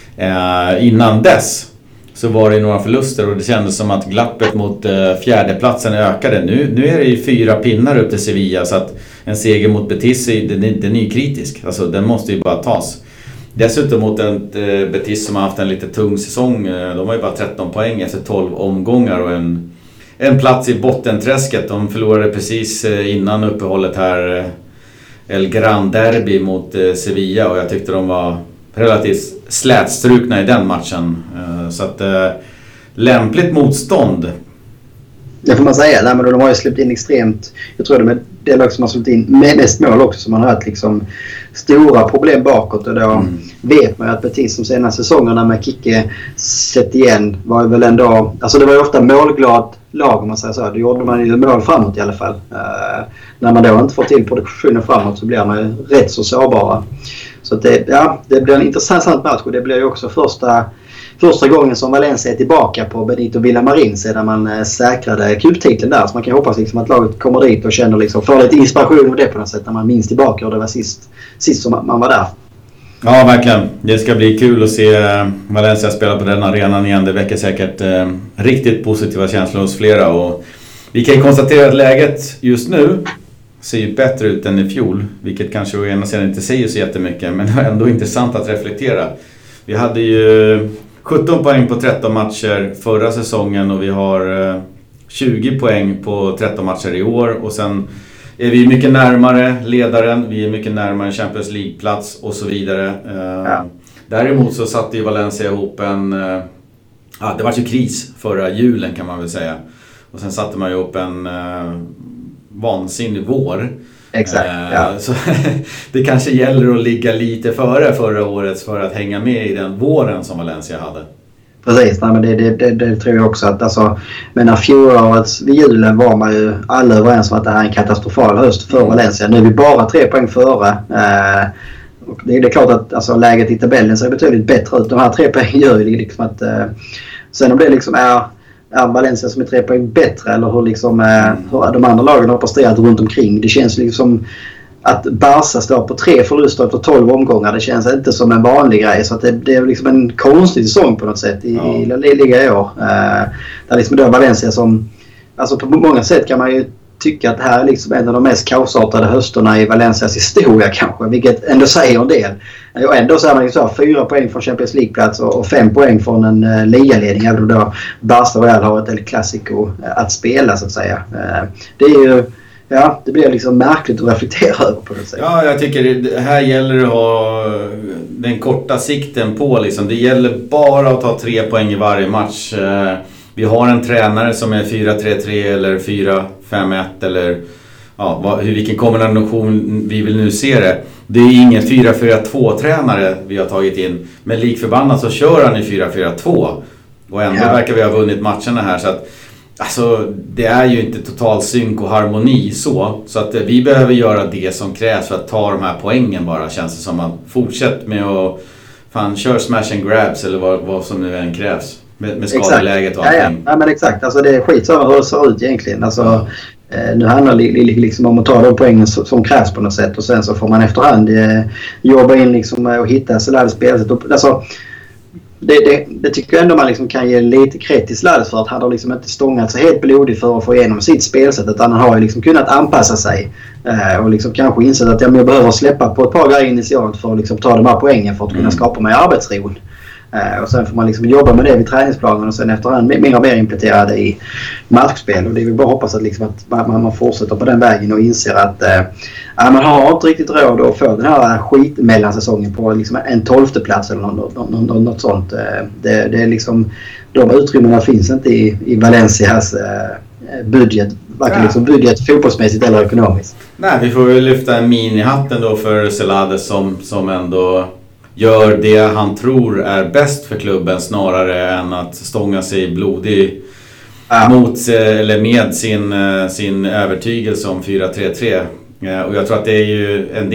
Innan dess så var det några förluster och det kändes som att glappet mot 4:e-platsen ökade. Nu är det ju 4 pinnar upp till Sevilla, så att en seger mot Betis den är ju kritisk. Alltså den måste ju bara tas. Dessutom mot ett Betis som har haft en lite tung säsong. De har ju bara 13 poäng efter 12 omgångar och en plats i bottenträsket. De förlorade precis innan uppehållet här El Gran Derby mot Sevilla, och jag tyckte de var relativt slätstrukna i den matchen. Så att lämpligt motstånd. Det får man säga. Nej, men de har ju släppt in extremt. Jag tror det är lag som har släppt in mest mål också, som man har haft liksom stora problem bakåt. Och då vet man ju att Betis de senaste säsongerna med Kicke sett igen var ju väl ändå, alltså det var ju ofta målglad lag om man säger så. Då gjorde man ju mål framåt i alla fall. När man då inte får till produktionen framåt så blir man ju rätt så sårbara. Så att det blir en intressant match, och det blir ju också första gången som Valencia är tillbaka på Benito Villamarín sedan man säkrade cuptiteln där. Så man kan hoppas liksom att laget kommer dit och känner liksom, får lite inspiration av det på något sätt när man minns tillbaka, och det var sist som man var där. Ja, verkligen. Det ska bli kul att se Valencia spela på den arenan igen. Det väcker säkert riktigt positiva känslor hos flera, och vi kan konstatera att läget just nu ser ju bättre ut än i fjol, vilket kanske å ena sidan inte säger så jättemycket, men ändå intressant att reflektera. Vi hade ju 17 poäng på 13 matcher förra säsongen, och vi har 20 poäng på 13 matcher i år, och sen är vi mycket närmare ledaren, vi är mycket närmare Champions League-plats och så vidare. Däremot så satte ju Valencia ihop det var ju kris förra julen kan man väl säga, och sen satte man ju ihop en vansinnig vår. Exakt, Så det kanske gäller att ligga lite före förra året för att hänga med i den våren som Valencia hade. Precis, nej, men det tror jag också att alltså, men när fjolårets vid julen var man ju alla överens om att det här är en katastrofal höst för Valencia. Nu är vi bara 3 poäng före. Och det är klart att alltså, läget i tabellen ser betydligt bättre ut. De här 3 poäng gör ju liksom att sen om det liksom är Valencia som är 3 poäng bättre, eller hur liksom hur de andra lagen har presterat runt omkring. Det känns liksom att Barca står på 3 förluster efter 12 omgångar. Det känns inte som en vanlig grej, så att det är liksom en konstig säsong på något sätt i La Liga i år. Där liksom då Valencia som, alltså på många sätt kan man ju tycka att det här är liksom en av de mest kaosartade hösterna i Valencias historia kanske, vilket ändå säger en del. Och ändå så är man liksom 4 poäng från Champions League-plats och 5 poäng från en ligaledning, även om då Barca och Real har ett El Clasico att spela så att säga. Det är ju, det blir liksom märkligt att reflektera över på något sätt. Ja, jag tycker det här gäller att ha den korta sikten på liksom. Det gäller bara att ta 3 poäng i varje match. Vi har en tränare som är 4-3-3 eller 4-5-1 eller vilken kombination vi vill nu se det. Det är ingen 4-4-2-tränare vi har tagit in, men likförbannat så kör han i 4-4-2 och ändå verkar vi ha vunnit matcherna här, så att alltså, det är ju inte total synk och harmoni så att vi behöver göra det som krävs för att ta de här poängen bara, känns det som. Att fortsätt med att kör smash and grabs eller vad som nu än krävs med skadeläget och allting. Ja, men exakt. Alltså det är skit så hur det ser ut egentligen. Alltså, nu handlar det liksom om att ta de poängen som krävs på något sätt, och sen så får man efterhand jobba in liksom och hitta sådär spelsätt. Alltså, det tycker jag ändå man liksom kan ge lite kredd till Zlatan för, att han har liksom inte stångat sig helt blodig för att få igenom sitt spelsätt, utan han har ju liksom kunnat anpassa sig och liksom kanske insett att jag behöver släppa på ett par grejer initialt för att liksom ta de här poängen för att kunna skapa mig arbetsron. Och sen får man liksom jobba med det vid träningsplanen och sen efterhand mer och mer implementerade i matchspel. Och det är väl bara hoppas att, liksom att man fortsätter på den vägen och inser att man har inte riktigt råd att få den här skitmellansäsongen på liksom en 12:e plats eller något sånt. Det är liksom, de utrymmena finns inte i Valencias budget varken liksom budget fotbollsmässigt eller ekonomiskt. Nej, vi får väl lyfta en minihatten då för Celades som ändå gör det han tror är bäst för klubben snarare än att stånga sig blodig mot eller med sin övertygelse om 4-3-3. Och jag tror att det är ju en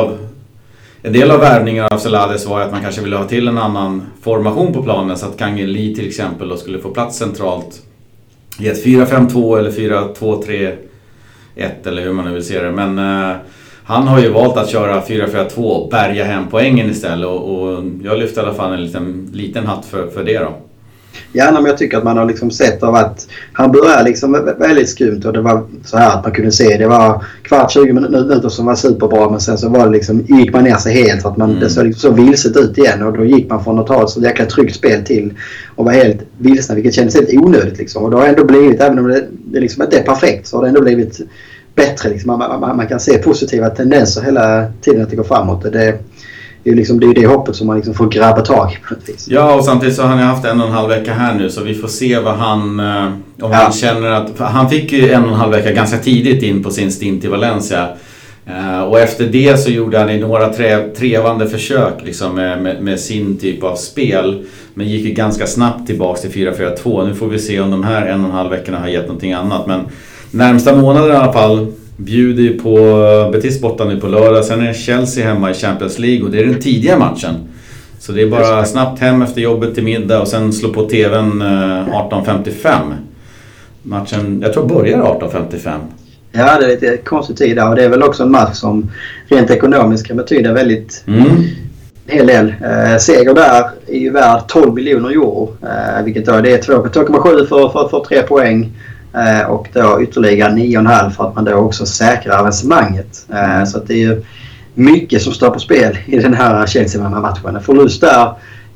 del av värvningen av Celades var att man kanske ville ha till en annan formation på planen så att Kangin Lee till exempel då skulle få plats centralt i ett 4-5-2 eller 4-2-3-1 eller hur man nu vill se det. Men han har ju valt att köra 4-4-2 och bärga hem poängen istället och jag lyfter i alla fall en liten hatt för det då. Ja, men jag tycker att man har liksom sett av att han började liksom väldigt skumt och det var så här att man kunde se det var 20 minuter som var superbra men sen så var det liksom, gick man ner sig helt för att det såg liksom så vilset ut igen och då gick man från att ta ett så jäkla tryggt spel till och var helt vilsna vilket kändes helt onödigt liksom och då har ändå blivit, även om det liksom inte är perfekt så har det ändå blivit bättre liksom. Man kan se positiva tendenser hela tiden att det går framåt och det är ju det hoppet som man liksom får grabba tag i på ett vis. Ja, och samtidigt så har han haft 1,5 vecka här nu så vi får se vad han han känner att han fick ju 1,5 vecka ganska tidigt in på sin stint i Valencia. Och efter det så gjorde han några trevande försök liksom med sin typ av spel men gick ju ganska snabbt tillbaka till 4-4-2. Nu får vi se om de här 1,5 veckorna har gett någonting annat men närmsta månaden i alla fall bjuder ju på Betis borta nu på lördag. Sen är Chelsea hemma i Champions League och det är den tidiga matchen. Så det är bara snabbt hem efter jobbet till middag och sen slå på tvn 18.55. Matchen, jag tror börjar 18.55. Ja, det är lite konstigt tid där och det är väl också en match som rent ekonomiskt kan betyda väldigt en hel del. Seger där är ju värd 12 miljoner euro, vilket då det är 2,7 för 3 poäng. Och då ytterligare 9,5 för att man då också säkrar avancemanget. Så att det är ju mycket som står på spel i den här Chelsea-matchen. Förlust där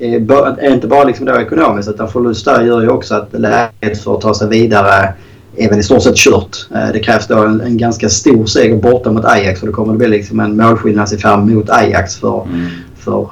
är inte bara liksom då ekonomiskt utan förlust där gör ju också att läget för att ta sig vidare är väl i stort sett kört. Det krävs då en ganska stor seger borta mot Ajax och då kommer det bli liksom en målskillnadsaffär mot Ajax för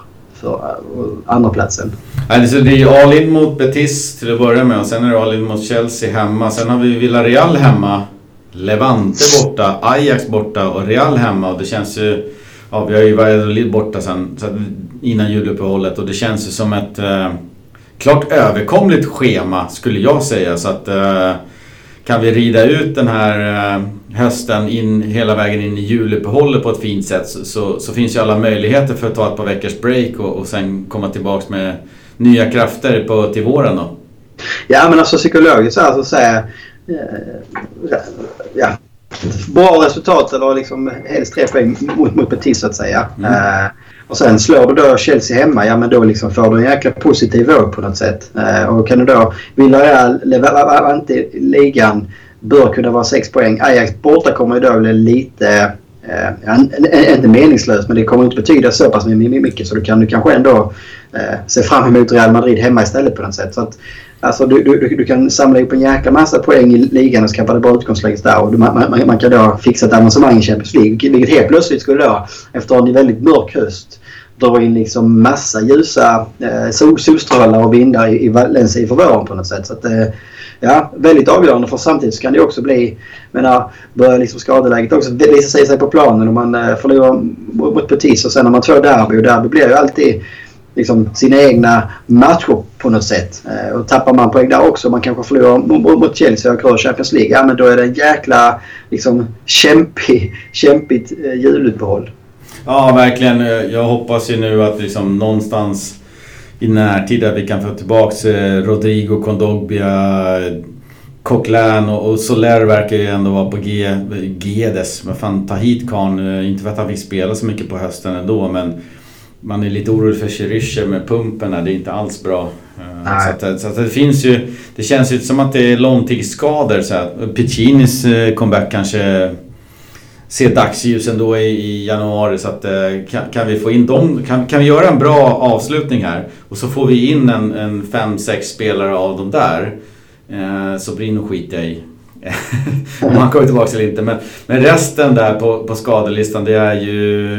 andra platsen. Alltså det är ju all in mot Betis till att börja med och sen är det all in mot Chelsea hemma. Sen har vi Villarreal hemma, Levante borta, Ajax borta och Real hemma och det känns ju, ja vi har ju Valladolid borta sen så innan juluppehållet och det känns ju som ett klart överkomligt schema skulle jag säga så att kan vi rida ut den här hösten in hela vägen in i juluppehållet på ett fint sätt så finns ju alla möjligheter för att ta ett par veckors break och sen komma tillbaks med nya krafter till våren då. Ja men alltså psykologiskt så säga bra resultat eller liksom helst 3 poäng mot Betis så att säga. Och sen slår du då Chelsea hemma, ja men då liksom får du en jäkla positiv våg på något sätt. Och kan du då Villarreal Levante ligan bör kunna vara 6 poäng. Ajax borta kommer ju då bli lite inte meningslöst men det kommer inte betyda så pass mycket så du kanske ändå se fram emot Real Madrid hemma istället på något sätt. Så att alltså du kan samla upp en jäkla massa poäng i ligan och skapa det bra utgångsläget där och man kan då fixa ett avancemang i Champions League vilket helt plötsligt skulle då efter en väldigt mörk höst dra in liksom massa ljusa solstrålar och vindar i Valencia för våren på något sätt så att ja, väldigt avgörande för samtidigt så kan det också bli börjar liksom skadeläget också visa sig på planen och man förlorar mot Betis och sen när man får derby och derby blir ju alltid liksom sina egna matcher på något sätt. Och tappar man poäng där också, man kanske förlorar mot Chelsea och kvar Champions League, ja men då är det en jäkla liksom kämpigt juluppehåll. Ja, verkligen. Jag hoppas ju nu att liksom någonstans i närtid att vi kan få tillbaks Rodrigo, Kondogbia, Coquelin och Soler verkar ju ändå vara på Guedes. Men fan, ta hit Kahn, inte för att han fick spela så mycket på hösten ändå, men man är lite orolig för Cheriche med pumpen, det är inte alls bra. Så att det finns ju, det känns ju som att det är långtidsskador så här. Piccinis comeback kanske ser dagsljus ändå i januari så att kan vi få in dem, kan vi göra en bra avslutning här och så får vi in en 5-6 spelare av dem där så blir nog skit i om han kommer tillbaka eller inte, men resten där på skadelistan det är ju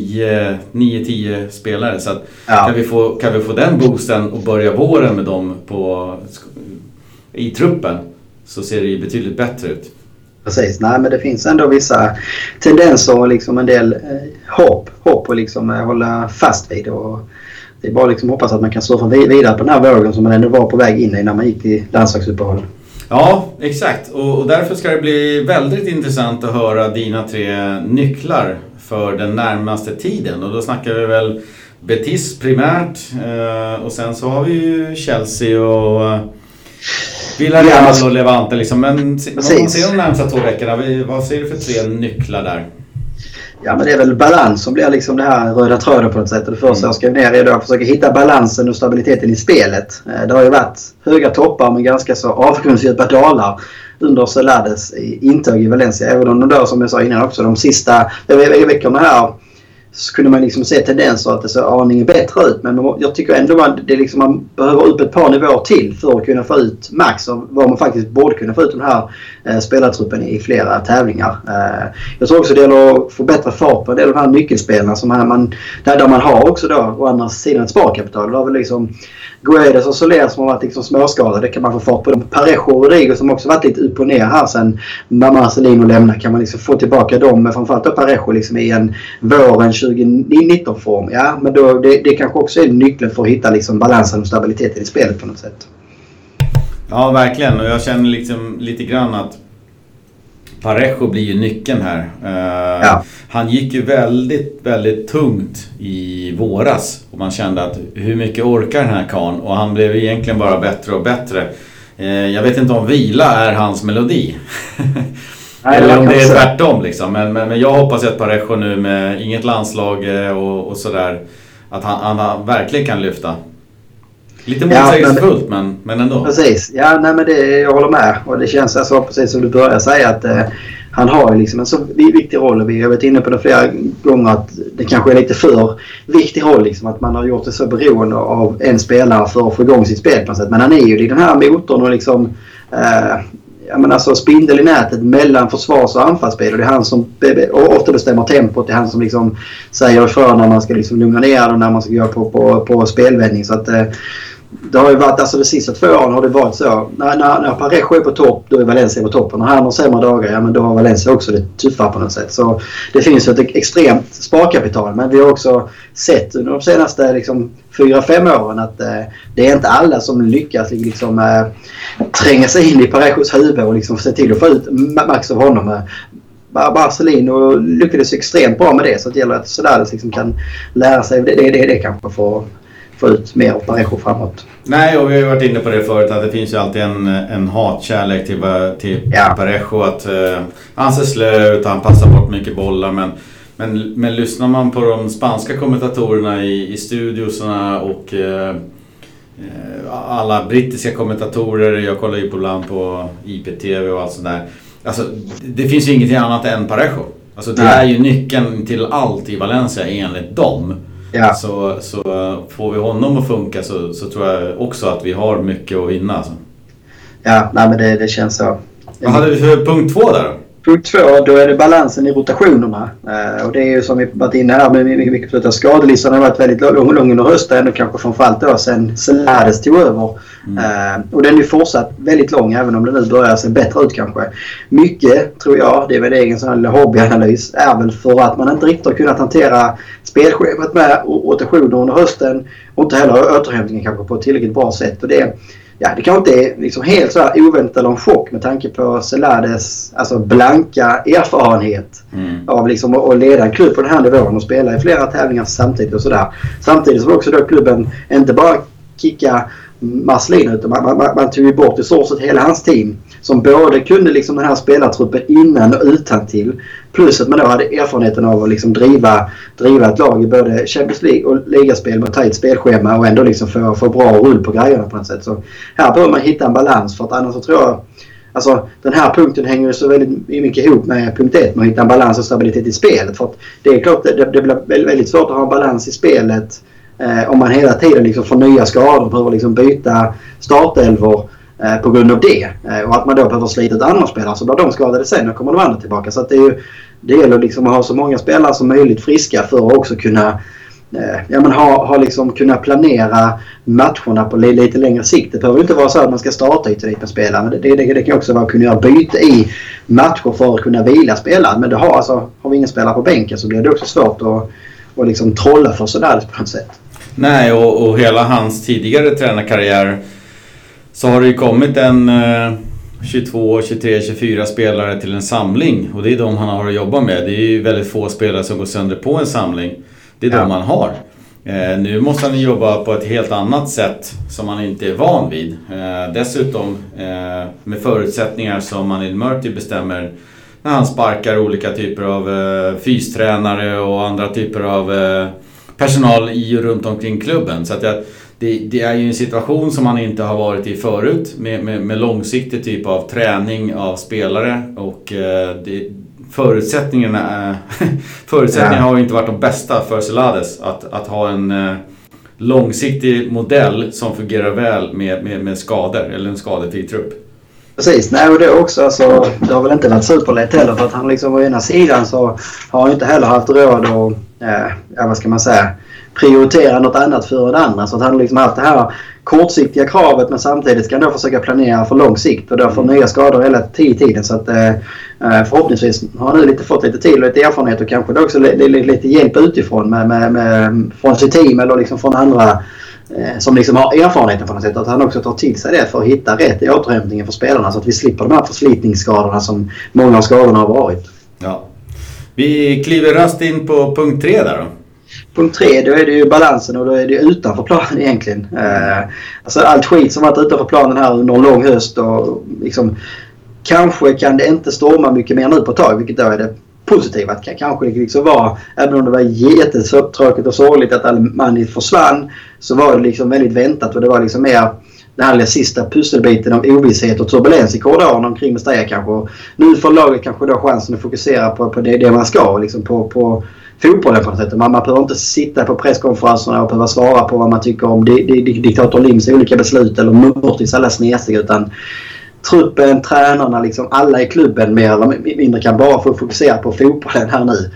9-10 spelare så att kan vi få den boosten och börja våren med dem i truppen så ser det ju betydligt bättre ut. Precis, nej men det finns ändå vissa tendenser och liksom en del hopp och liksom hålla fast vid, och det är bara liksom hoppas att man kan surfa vidare på den här vågen som man ändå var på väg in i när man gick till landslagsuppehåll. Ja, exakt. Och därför ska det bli väldigt intressant att höra dina 3 nycklar för den närmaste tiden. Och då snackar vi väl Betis primärt, och sen så har vi ju Chelsea och Villarreal och Levante liksom. Men om man ser de närmsta 2 veckorna, vad ser du för 3 nycklar där? Ja, men det är väl balans som blir liksom det här röda tråden på något sätt. Och det första jag skrev ner är att försöka hitta balansen och stabiliteten i spelet. Det har ju varit höga toppar men ganska så avgrundsdjupa dalar under Celades intåg i Valencia. Även om de där, som jag sa innan också, de sista veckorna här så kunde man liksom se tendenser att det ser aningen bättre ut. Men jag tycker ändå att det liksom, man behöver upp ett par nivåer till för att kunna få ut max av vad man faktiskt borde kunna få ut den här spelartruppen i flera tävlingar. Jag tror också det gäller att få bättre fart på en del av de här nyckelspelarna som där man har också då å andra sidan ett sparkapital. Det har väl liksom Guedes och Soler som har varit liksom småskadade, det kan man få fart på dem. Parejo och Rodrigo som också varit lite upp och ner här sen Marcelino lämnar, kan man liksom få tillbaka dem, framförallt då Parejo liksom i en våren 2019-form. Ja, men då, det kanske också är nyckeln för att hitta liksom balansen och stabiliteten i spelet på något sätt. Ja, verkligen. Och jag känner liksom lite grann att Parejo blir ju nyckeln här. Ja. Han gick ju väldigt, väldigt tungt i våras. Och man kände att hur mycket orkar den här karln? Och han blev egentligen bara bättre och bättre. Jag vet inte om vila är hans melodi. Nej, eller om det är tvärtom liksom. Men jag hoppas att Parejo nu med inget landslag och sådär, att han verkligen kan lyfta. Lite motsägelsefullt, men ändå. Precis, ja, nej, men jag håller med. Och det känns alltså precis som du börjar säga att han har ju liksom en så viktig roll. Och vi har varit inne på det flera gånger att det kanske är lite för viktig roll liksom, att man har gjort det så beroende av en spelare för att få igång sitt spel på något sätt. Men han är ju i den här motorn och liksom alltså spindel i nätet mellan försvars- och anfallsspel, och det är han som ofta bestämmer tempot, det är han som liksom säger ifrån när man ska liksom lugna ner och när man ska gå på spelvändning. Så att det har ju varit, alltså de sista 2 åren har det varit så. När Parejo är på topp, då är Valencia på toppen. När han har sämre dagar, ja men då har Valencia också det tuffare på något sätt. Så det finns ett extremt sparkapital. Men vi har också sett under de senaste liksom 4-5 åren att det är inte alla som lyckas liksom tränga sig in i Parejos huvud och liksom se till att få ut max av honom. Marcelino lyckades extremt bra med det, så det gäller att Celades liksom kan lära sig det kanske för få ut mer av Parejo framåt. Nej, och vi har ju varit inne på det förut att det finns ju alltid en hatkärlek till Parejo, att han ser slö ut, han passar bort mycket bollar, men lyssnar man på de spanska kommentatorerna i studiosarna och alla brittiska kommentatorer, jag kollar ju på ibland på IPTV och allt sånt där. Alltså, det finns ju ingenting annat än Parejo. Alltså, det är ju nyckeln till allt i Valencia enligt dem. Ja. Så får vi honom att funka så tror jag också att vi har mycket att vinna. Alltså. Ja, nej, men det känns så. Vad hade vi för punkt 2 där då? Punkt 2, då är det balansen i rotationerna. Och det är ju som vi varit inne här med mycket skadelistan har varit väldigt lång under hösten och kanske framförallt då sen Celades tog över. Och den är ju fortsatt väldigt lång, även om det nu börjar se bättre ut kanske. Mycket tror jag, det är väl egen sån här hobbyanalys, är väl för att man inte riktigt har kunnat hantera spelschemat med rotationer under hösten och inte heller återhämtningen kanske på ett tillräckligt bra sätt. Och det kanske inte är liksom helt så här oväntat eller en chock med tanke på Celades alltså blanka erfarenhet av liksom att leda en klubb på den här nivån och spela i flera tävlingar samtidigt och sådär. Samtidigt som också då klubben inte bara kicka Marcelino, utan man tog ju bort i stort sett hela hans team som både kunde liksom den här spelartruppen innan och utan till, plus att man då hade erfarenheten av att liksom driva ett lag i både Champions League och ligaspel med tajt spelschema och ändå liksom få bra rull på grejerna på något sätt. Så här behöver man hitta en balans, för att annars så tror jag alltså den här punkten hänger ju så väldigt mycket ihop med punkt 1 med att hitta en balans och stabilitet i spelet, för att det är klart det blir väldigt svårt att ha en balans i spelet om man hela tiden liksom får nya skador och behöver liksom byta startelvor på grund av det. Och att man då behöver slita ett andra spelare, så blir de skadade sen och kommer de andra tillbaka. Så att det gäller liksom att ha så många spelare som möjligt friska för att också kunna har liksom kunnat planera matcherna på lite längre sikt. Det behöver inte vara så att man ska starta hit med spelare. Men det kan också vara att kunna göra byte i matcher för att kunna vila spelare. Men har vi ingen spelare på bänken så blir det också svårt att liksom trolla för sådär på något sätt. Nej, och hela hans tidigare tränarkarriär så har det ju kommit en 22, 23, 24 spelare till en samling. Och det är de han har att jobba med. Det är ju väldigt få spelare som går sönder på en samling. Det är de han har. Nu måste han jobba på ett helt annat sätt som han inte är van vid. Dessutom med förutsättningar som Anil Murti bestämmer när han sparkar olika typer av fystränare och andra typer av personal i och runt omkring klubben. Så att det är ju en situation som han inte har varit i förut med långsiktig typ av träning av spelare och förutsättningarna har ju inte varit de bästa för Celades att ha en långsiktig modell som fungerar väl med skador eller en skadefri trupp. Precis, nej och det också alltså, det har väl inte varit superlätt heller för att han liksom å ena sidan så har han inte heller haft råd att vad ska man säga, prioritera något annat för det andra. Så att han har liksom haft det här kortsiktiga kravet men samtidigt ska han då försöka planera för lång sikt och då får nya skador hela tiden. Så att förhoppningsvis har han nu fått lite tid och lite erfarenhet och kanske också lite hjälp utifrån från sitt team eller liksom från andra som liksom har erfarenheten på något sätt. Att han också tar till sig det för att hitta rätt i återhämtningen för spelarna så att vi slipper de här förslitningsskadorna som många av skadorna har varit. Ja. Vi kliver rast in på punkt 3 där då. Punkt 3, då är det ju balansen och då är det utanför planen egentligen. Alltså allt skit som varit utanför planen här under en lång höst och liksom, kanske kan det inte storma mycket mer nu på ett tag, vilket då är det positiva. Att kanske det liksom var, även om det var jättetråkigt och sorgligt att Almani försvann, så var det liksom väldigt väntat och det var liksom mer den här sista pusselbiten av ovisshet och turbulens i korridoren omkring Mestalla kanske. Och nu får laget kanske då chansen att fokusera på det man ska, liksom på fotbollen på något sätt. Man behöver inte sitta på presskonferenserna och behöva svara på vad man tycker om diktator Lims olika beslut eller Murtis alla snedsteg, utan truppen, tränarna, liksom alla i klubben mer eller mindre kan bara få fokusera på fotbollen här nu.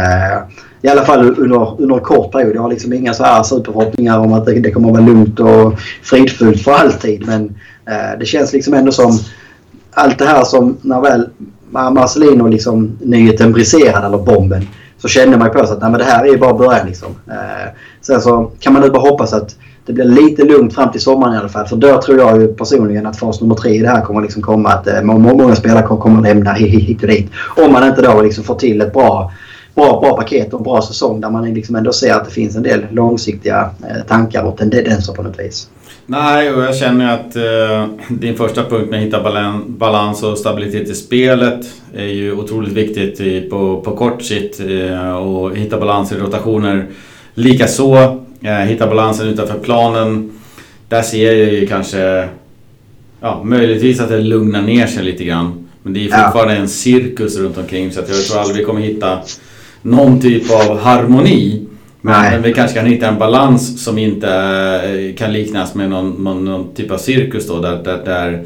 I alla fall under en kort period. Jag har liksom inga så här superförhoppningar om att det kommer att vara lugnt och fridfullt för alltid. Men det känns liksom ändå som allt det här som när väl Marcelino liksom nyheten briserade eller bomben, så känner man på sig att nej, men det här är ju bara början liksom. Sen så kan man nu bara hoppas att det blir lite lugnt fram till sommaren i alla fall. För då tror jag ju personligen att fas nummer 3 i det här kommer liksom komma att många spelare kommer lämna hit och dit. Om man inte då liksom får till ett bra paket och en bra säsong där man liksom ändå ser att det finns en del långsiktiga tankar och tendenser på något vis. Nej, och jag känner att din första punkt med att hitta balans och stabilitet i spelet är ju otroligt viktigt på kort sikt och hitta balans i rotationer. Likaså hitta balansen utanför planen. Där ser jag ju kanske möjligtvis att det lugnar ner sig lite grann. Men det är fortfarande en cirkus runt omkring, så att jag tror aldrig vi kommer hitta någon typ av harmoni. Men vi kanske kan hitta en balans som inte kan liknas med någon typ av cirkus då, där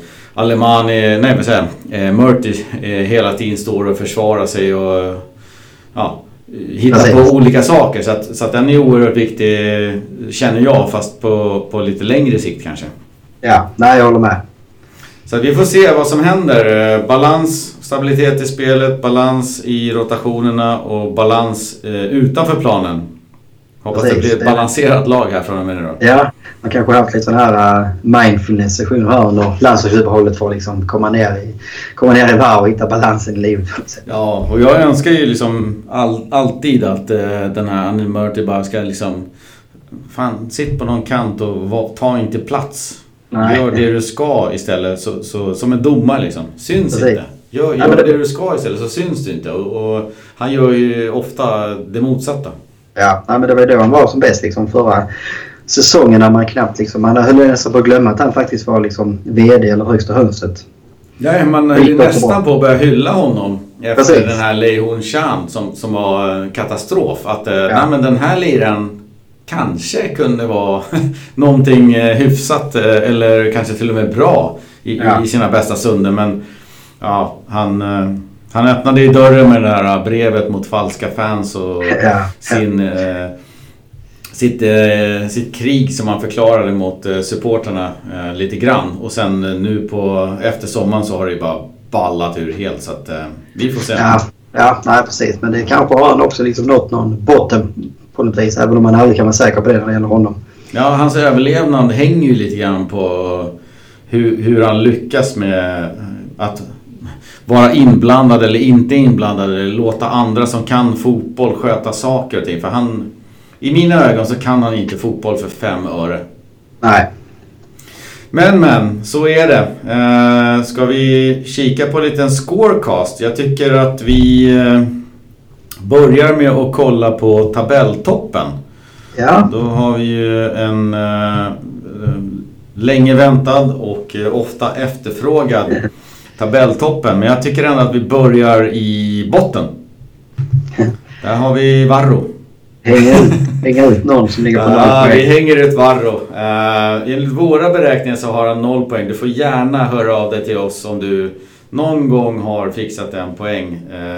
Murti hela tiden står och försvarar sig och hittar på olika saker. Så att den är oerhört viktig, känner jag, fast på lite längre sikt kanske. Ja, nej, jag håller med. Så vi får se vad som händer. Balans, stabilitet i spelet, balans i rotationerna och balans utanför planen. Hoppas det blir ett balanserat lag här från och med nu då. Ja, man kanske har haft lite sån här mindfulness-session här under landslagsuppehållet för att liksom komma ner i varv och hitta balansen i livet. Ja, och jag önskar ju liksom alltid att den här Anil Murti bara ska liksom sitt på någon kant och ta inte plats. Nej. Gör det du ska istället, så som en domare liksom. Syns inte. Gör det du ska istället, så syns det inte. Och han gör ju ofta det motsatta. Ja, men det var då han var som bäst liksom förra säsongen, när man knappt liksom, man höll nästan på att glömma att han faktiskt var liksom vd eller högsta hönset. Ja, man höll nästan på att börja hylla honom efter den här Lei Hun Chan som var katastrof. Att nej, men den här liran kanske kunde vara någonting hyfsat eller kanske till och med bra i sina bästa stunder. Men ja, han öppnade ju dörren med det här brevet mot falska fans och sin sitt krig som han förklarade mot supporterna lite grann. Och sen nu efter sommaren så har det ju bara ballat ur helt, så att vi får se. Ja, nej, precis. Men det kanske har han också liksom nått någon botten på något vis, även om man aldrig kan vara säker på det när det gäller honom. Ja, hans överlevnad hänger ju lite grann på hur han lyckas med att vara inblandad eller inte inblandad, eller låta andra som kan fotboll sköta saker och ting. För i mina ögon så kan han inte fotboll för 5 öre. Nej. Men, så är det. Ska vi kika på en liten scorecast? Jag tycker att vi börjar med att kolla på tabelltoppen. Ja. Då har vi ju en länge väntad och ofta efterfrågad tabelltoppen. Men jag tycker ändå att vi börjar i botten. Där har vi Varro. Hänga ut någon som ligger på 0 poäng. Ja, vi hänger ut Varro. Enligt våra beräkningar så har han 0 poäng. Du får gärna höra av dig till oss om du någon gång har fixat en poäng.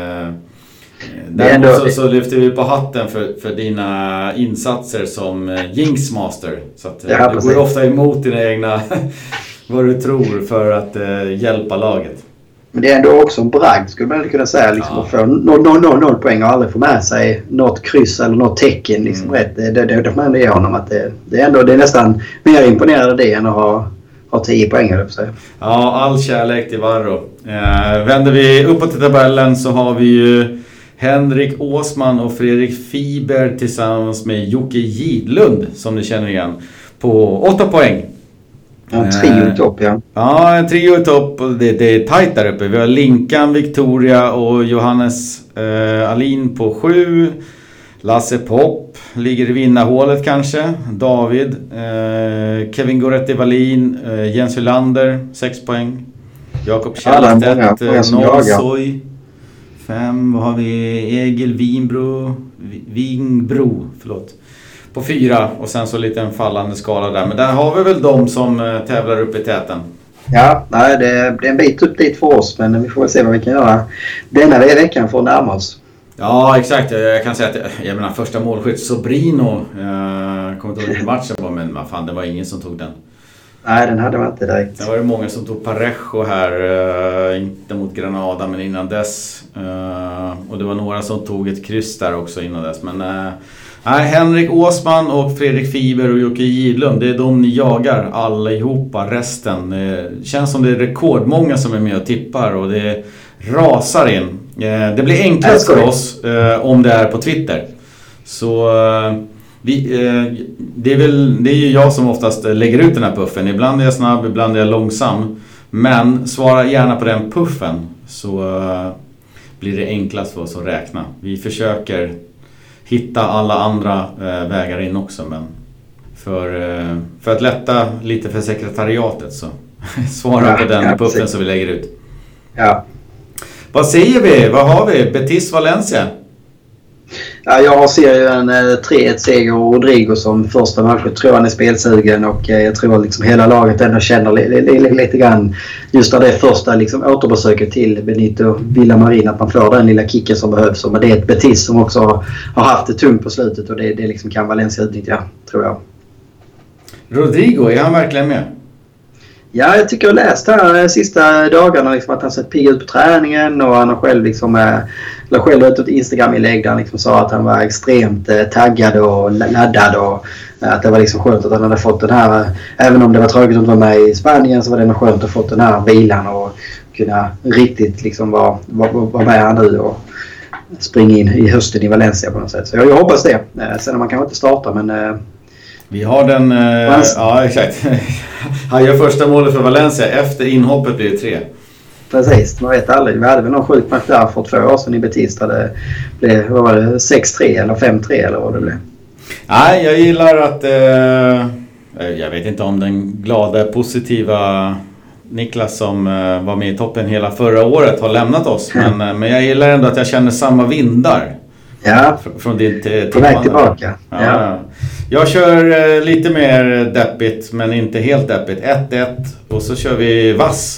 Däremot så lyfter vi på hatten för dina insatser som Jinxmaster. Så att du går ofta emot dina egna vad du tror för att hjälpa laget. Men det är ändå också en bragd, skulle man kunna säga, liksom, att få 0 poäng och aldrig få med sig något kryss eller något tecken liksom, rätt. Det får man ändå ge honom att det är nästan mer imponerande det än att ha 10 poäng, eller så. Ja, all kärlek till Varro. Vänder vi uppåt i tabellen så har vi ju Henrik Åsman och Fredrik Fiber tillsammans med Jocke Gidlund, som ni känner igen, på 8 poäng. En trio i topp, ja. Ja, en trio i topp. Det är tajt där uppe. Vi har Linkan, Victoria och Johannes Alin på 7. Lasse Popp ligger i vinnarhålet kanske. David, Kevin Goretti Wallin, Jens Hylander 6 poäng. Jakob Kjellstedt, Nollsoy 5. Vad har vi? Egil Wingbro, på 4, och sen så lite en fallande skala där. Men där har vi väl de som tävlar upp i täten. Ja, nej, det är en bit upp dit för oss, men vi får väl se vad vi kan göra denna veckan för att närma oss. Ja, exakt. Jag kan säga att första målskytt Sobrino kommer inte ihåg hur matchen var, men fan, det var ingen som tog den. Nej, den hade man inte direkt. Det var det många som tog Parejo här, inte mot Granada men innan dess. Och det var några som tog ett kryss där också innan dess. Men Henrik Åsman och Fredrik Fiber och Jocke Gidlund, det är de ni jagar allihopa. Resten, känns som det är rekordmånga som är med och tippar och det rasar in. Det blir enklast för oss om det är på Twitter. Så det är ju jag som oftast lägger ut den här puffen. Ibland är jag snabb, ibland är jag långsam. Men svara gärna på den puffen, så blir det enklast för oss att räkna. Vi försöker hitta alla andra vägar in också, men för att lätta lite för sekretariatet så svara på den puffen som vi lägger ut. Ja. Vad säger vi? Vad har vi? Betis Valencia? Ja, jag ser ju en 3-1 seger och Rodrigo som första match. Jag tror han är spelsugen och jag tror liksom hela laget ändå känner lite grann just när det är första liksom återbesöket till Benito Villamarin, att man får den lilla kicken som behövs. Men det är ett Betis som också har haft det tungt på slutet och det liksom kan Valencia utnyttja, tror jag. Rodrigo, är han verkligen med? Ja, jag tycker jag har läst här de sista dagarna liksom, att han sett pigg ut på träningen och han har själv liksom själv ut ett Instagram-inlägg där han liksom sa att han var extremt taggad och laddad och att det var liksom skönt att han hade fått den här, även om det var tråkigt att vara med i Spanien, så var det nog skönt att få den här vilan och kunna riktigt liksom vara med här nu och springa in i hösten i Valencia på något sätt. Så jag hoppas det. Sen man kanske inte starta, men vi har den... ja, exakt. Han gör första målet för Valencia. Efter inhoppet blir det 3. Precis, man vet aldrig. Vi hade väl någon sjuk match där för 2 år sedan i Betis. Det blev, vad var det, 6-3 eller 5-3 eller vad det blev. Nej, jag gillar att... jag vet inte om den glada, positiva Niklas som var med i toppen hela förra året har lämnat oss. Men jag gillar ändå att jag känner samma vindar. Ja, från din på väg tillbaka. Ja. Jag kör lite mer deppigt, men inte helt deppigt. 1-1 och så kör vi Vass.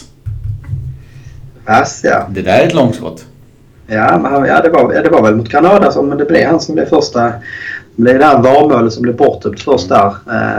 Vass, ja. Det där är ett långskott. Ja, men det var väl mot Kanada som det blev han som blev första det är det här Varmöl som blev bortdömt först där.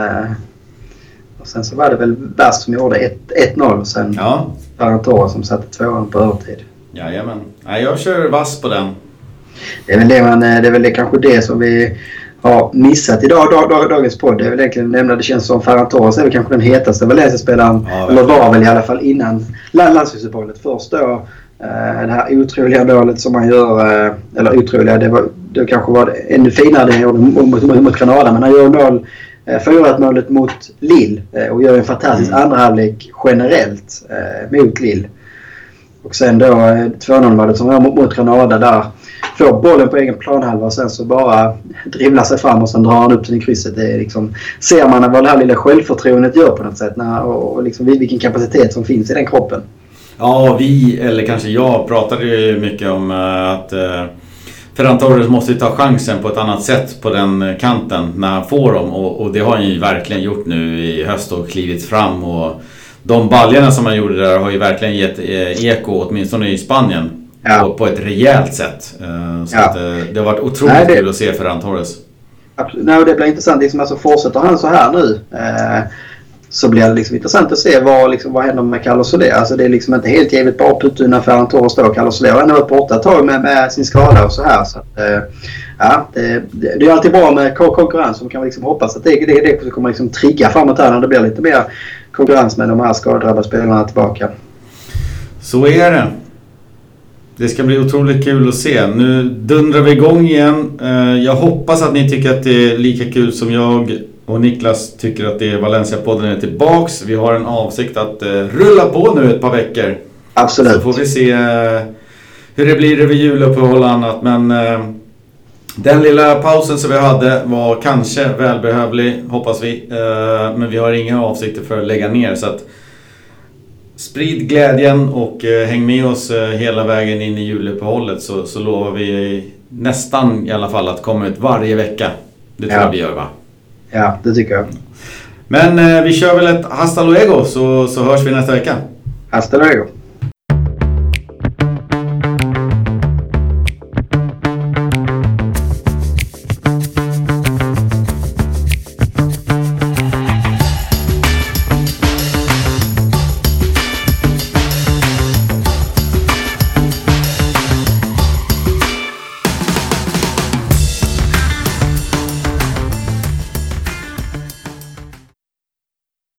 Och sen så var det väl Bast som gjorde 1-0 och sen Ferran Torres som satte 2-0 på övertid. Jajamän. Nej, jag kör vass på den. Det är väl det kanske det som vi har missat i dagens podd. Det är väl egentligen nämna, det känns som Ferran Torres är väl kanske den hetaste Valencia-spelaren. Eller var väl i alla fall innan landslagsuppehållet. Först då det här otroliga målet som man gör, eller otroliga, det kanske var ännu finare det han gjorde mot Granada, men han gör mål 4-1 målet mot Lille och gör en fantastisk andra halvlek generellt mot Lille. Och sen då 2-0 målet som var mot Granada där får bollen på egen planhalva och sen så bara dribblar sig fram och sen drar han upp den i krysset. Det är liksom, ser man vad det här lilla självförtroendet gör på något sätt och liksom vilken kapacitet som finns i den kroppen. Ja, eller kanske jag pratade ju mycket om att Ferran Torres måste ta chansen på ett annat sätt på den kanten när han får dem. Och det har han ju verkligen gjort nu i höst och klivit fram. Och de baljorna som han gjorde där har ju verkligen gett eko, åtminstone i Spanien. Ja. På ett rejält sätt. Så att, det har varit otroligt kul att se Ferran Torres. Nej, det blir intressant. Liksom, alltså, fortsätter han så här nu så blir det liksom intressant att se vad händer med Carlos Soler. Alltså det är liksom inte helt givet bara putt när Ferran Torres står. Carlos Soler har ändå varit borta ett tag med sin skada och så här. Så att, det är alltid bra med konkurrens. Som kan liksom hoppas att det kommer liksom trigga framåt här när det blir lite mer konkurrens med de här skadedrabbade spelarna tillbaka. Så är det. Det ska bli otroligt kul att se. Nu dundrar vi igång igen. Jag hoppas att ni tycker att det är lika kul som jag och Niklas tycker att det är Valencia-podden är tillbaks. Vi har en avsikt att rulla på nu ett par veckor. Absolut. Så får vi se hur det blir över juluppehåll och annat. Men den lilla pausen som vi hade var kanske välbehövlig, hoppas vi. Men vi har inga avsikter för att lägga ner. Så att sprid glädjen och häng med oss hela vägen in i juluppehållet så lovar vi nästan i alla fall att komma ut varje vecka. Det tror jag vi gör, va? Ja, det tycker jag. Men vi kör väl ett hasta luego så hörs vi nästa vecka. Hasta luego.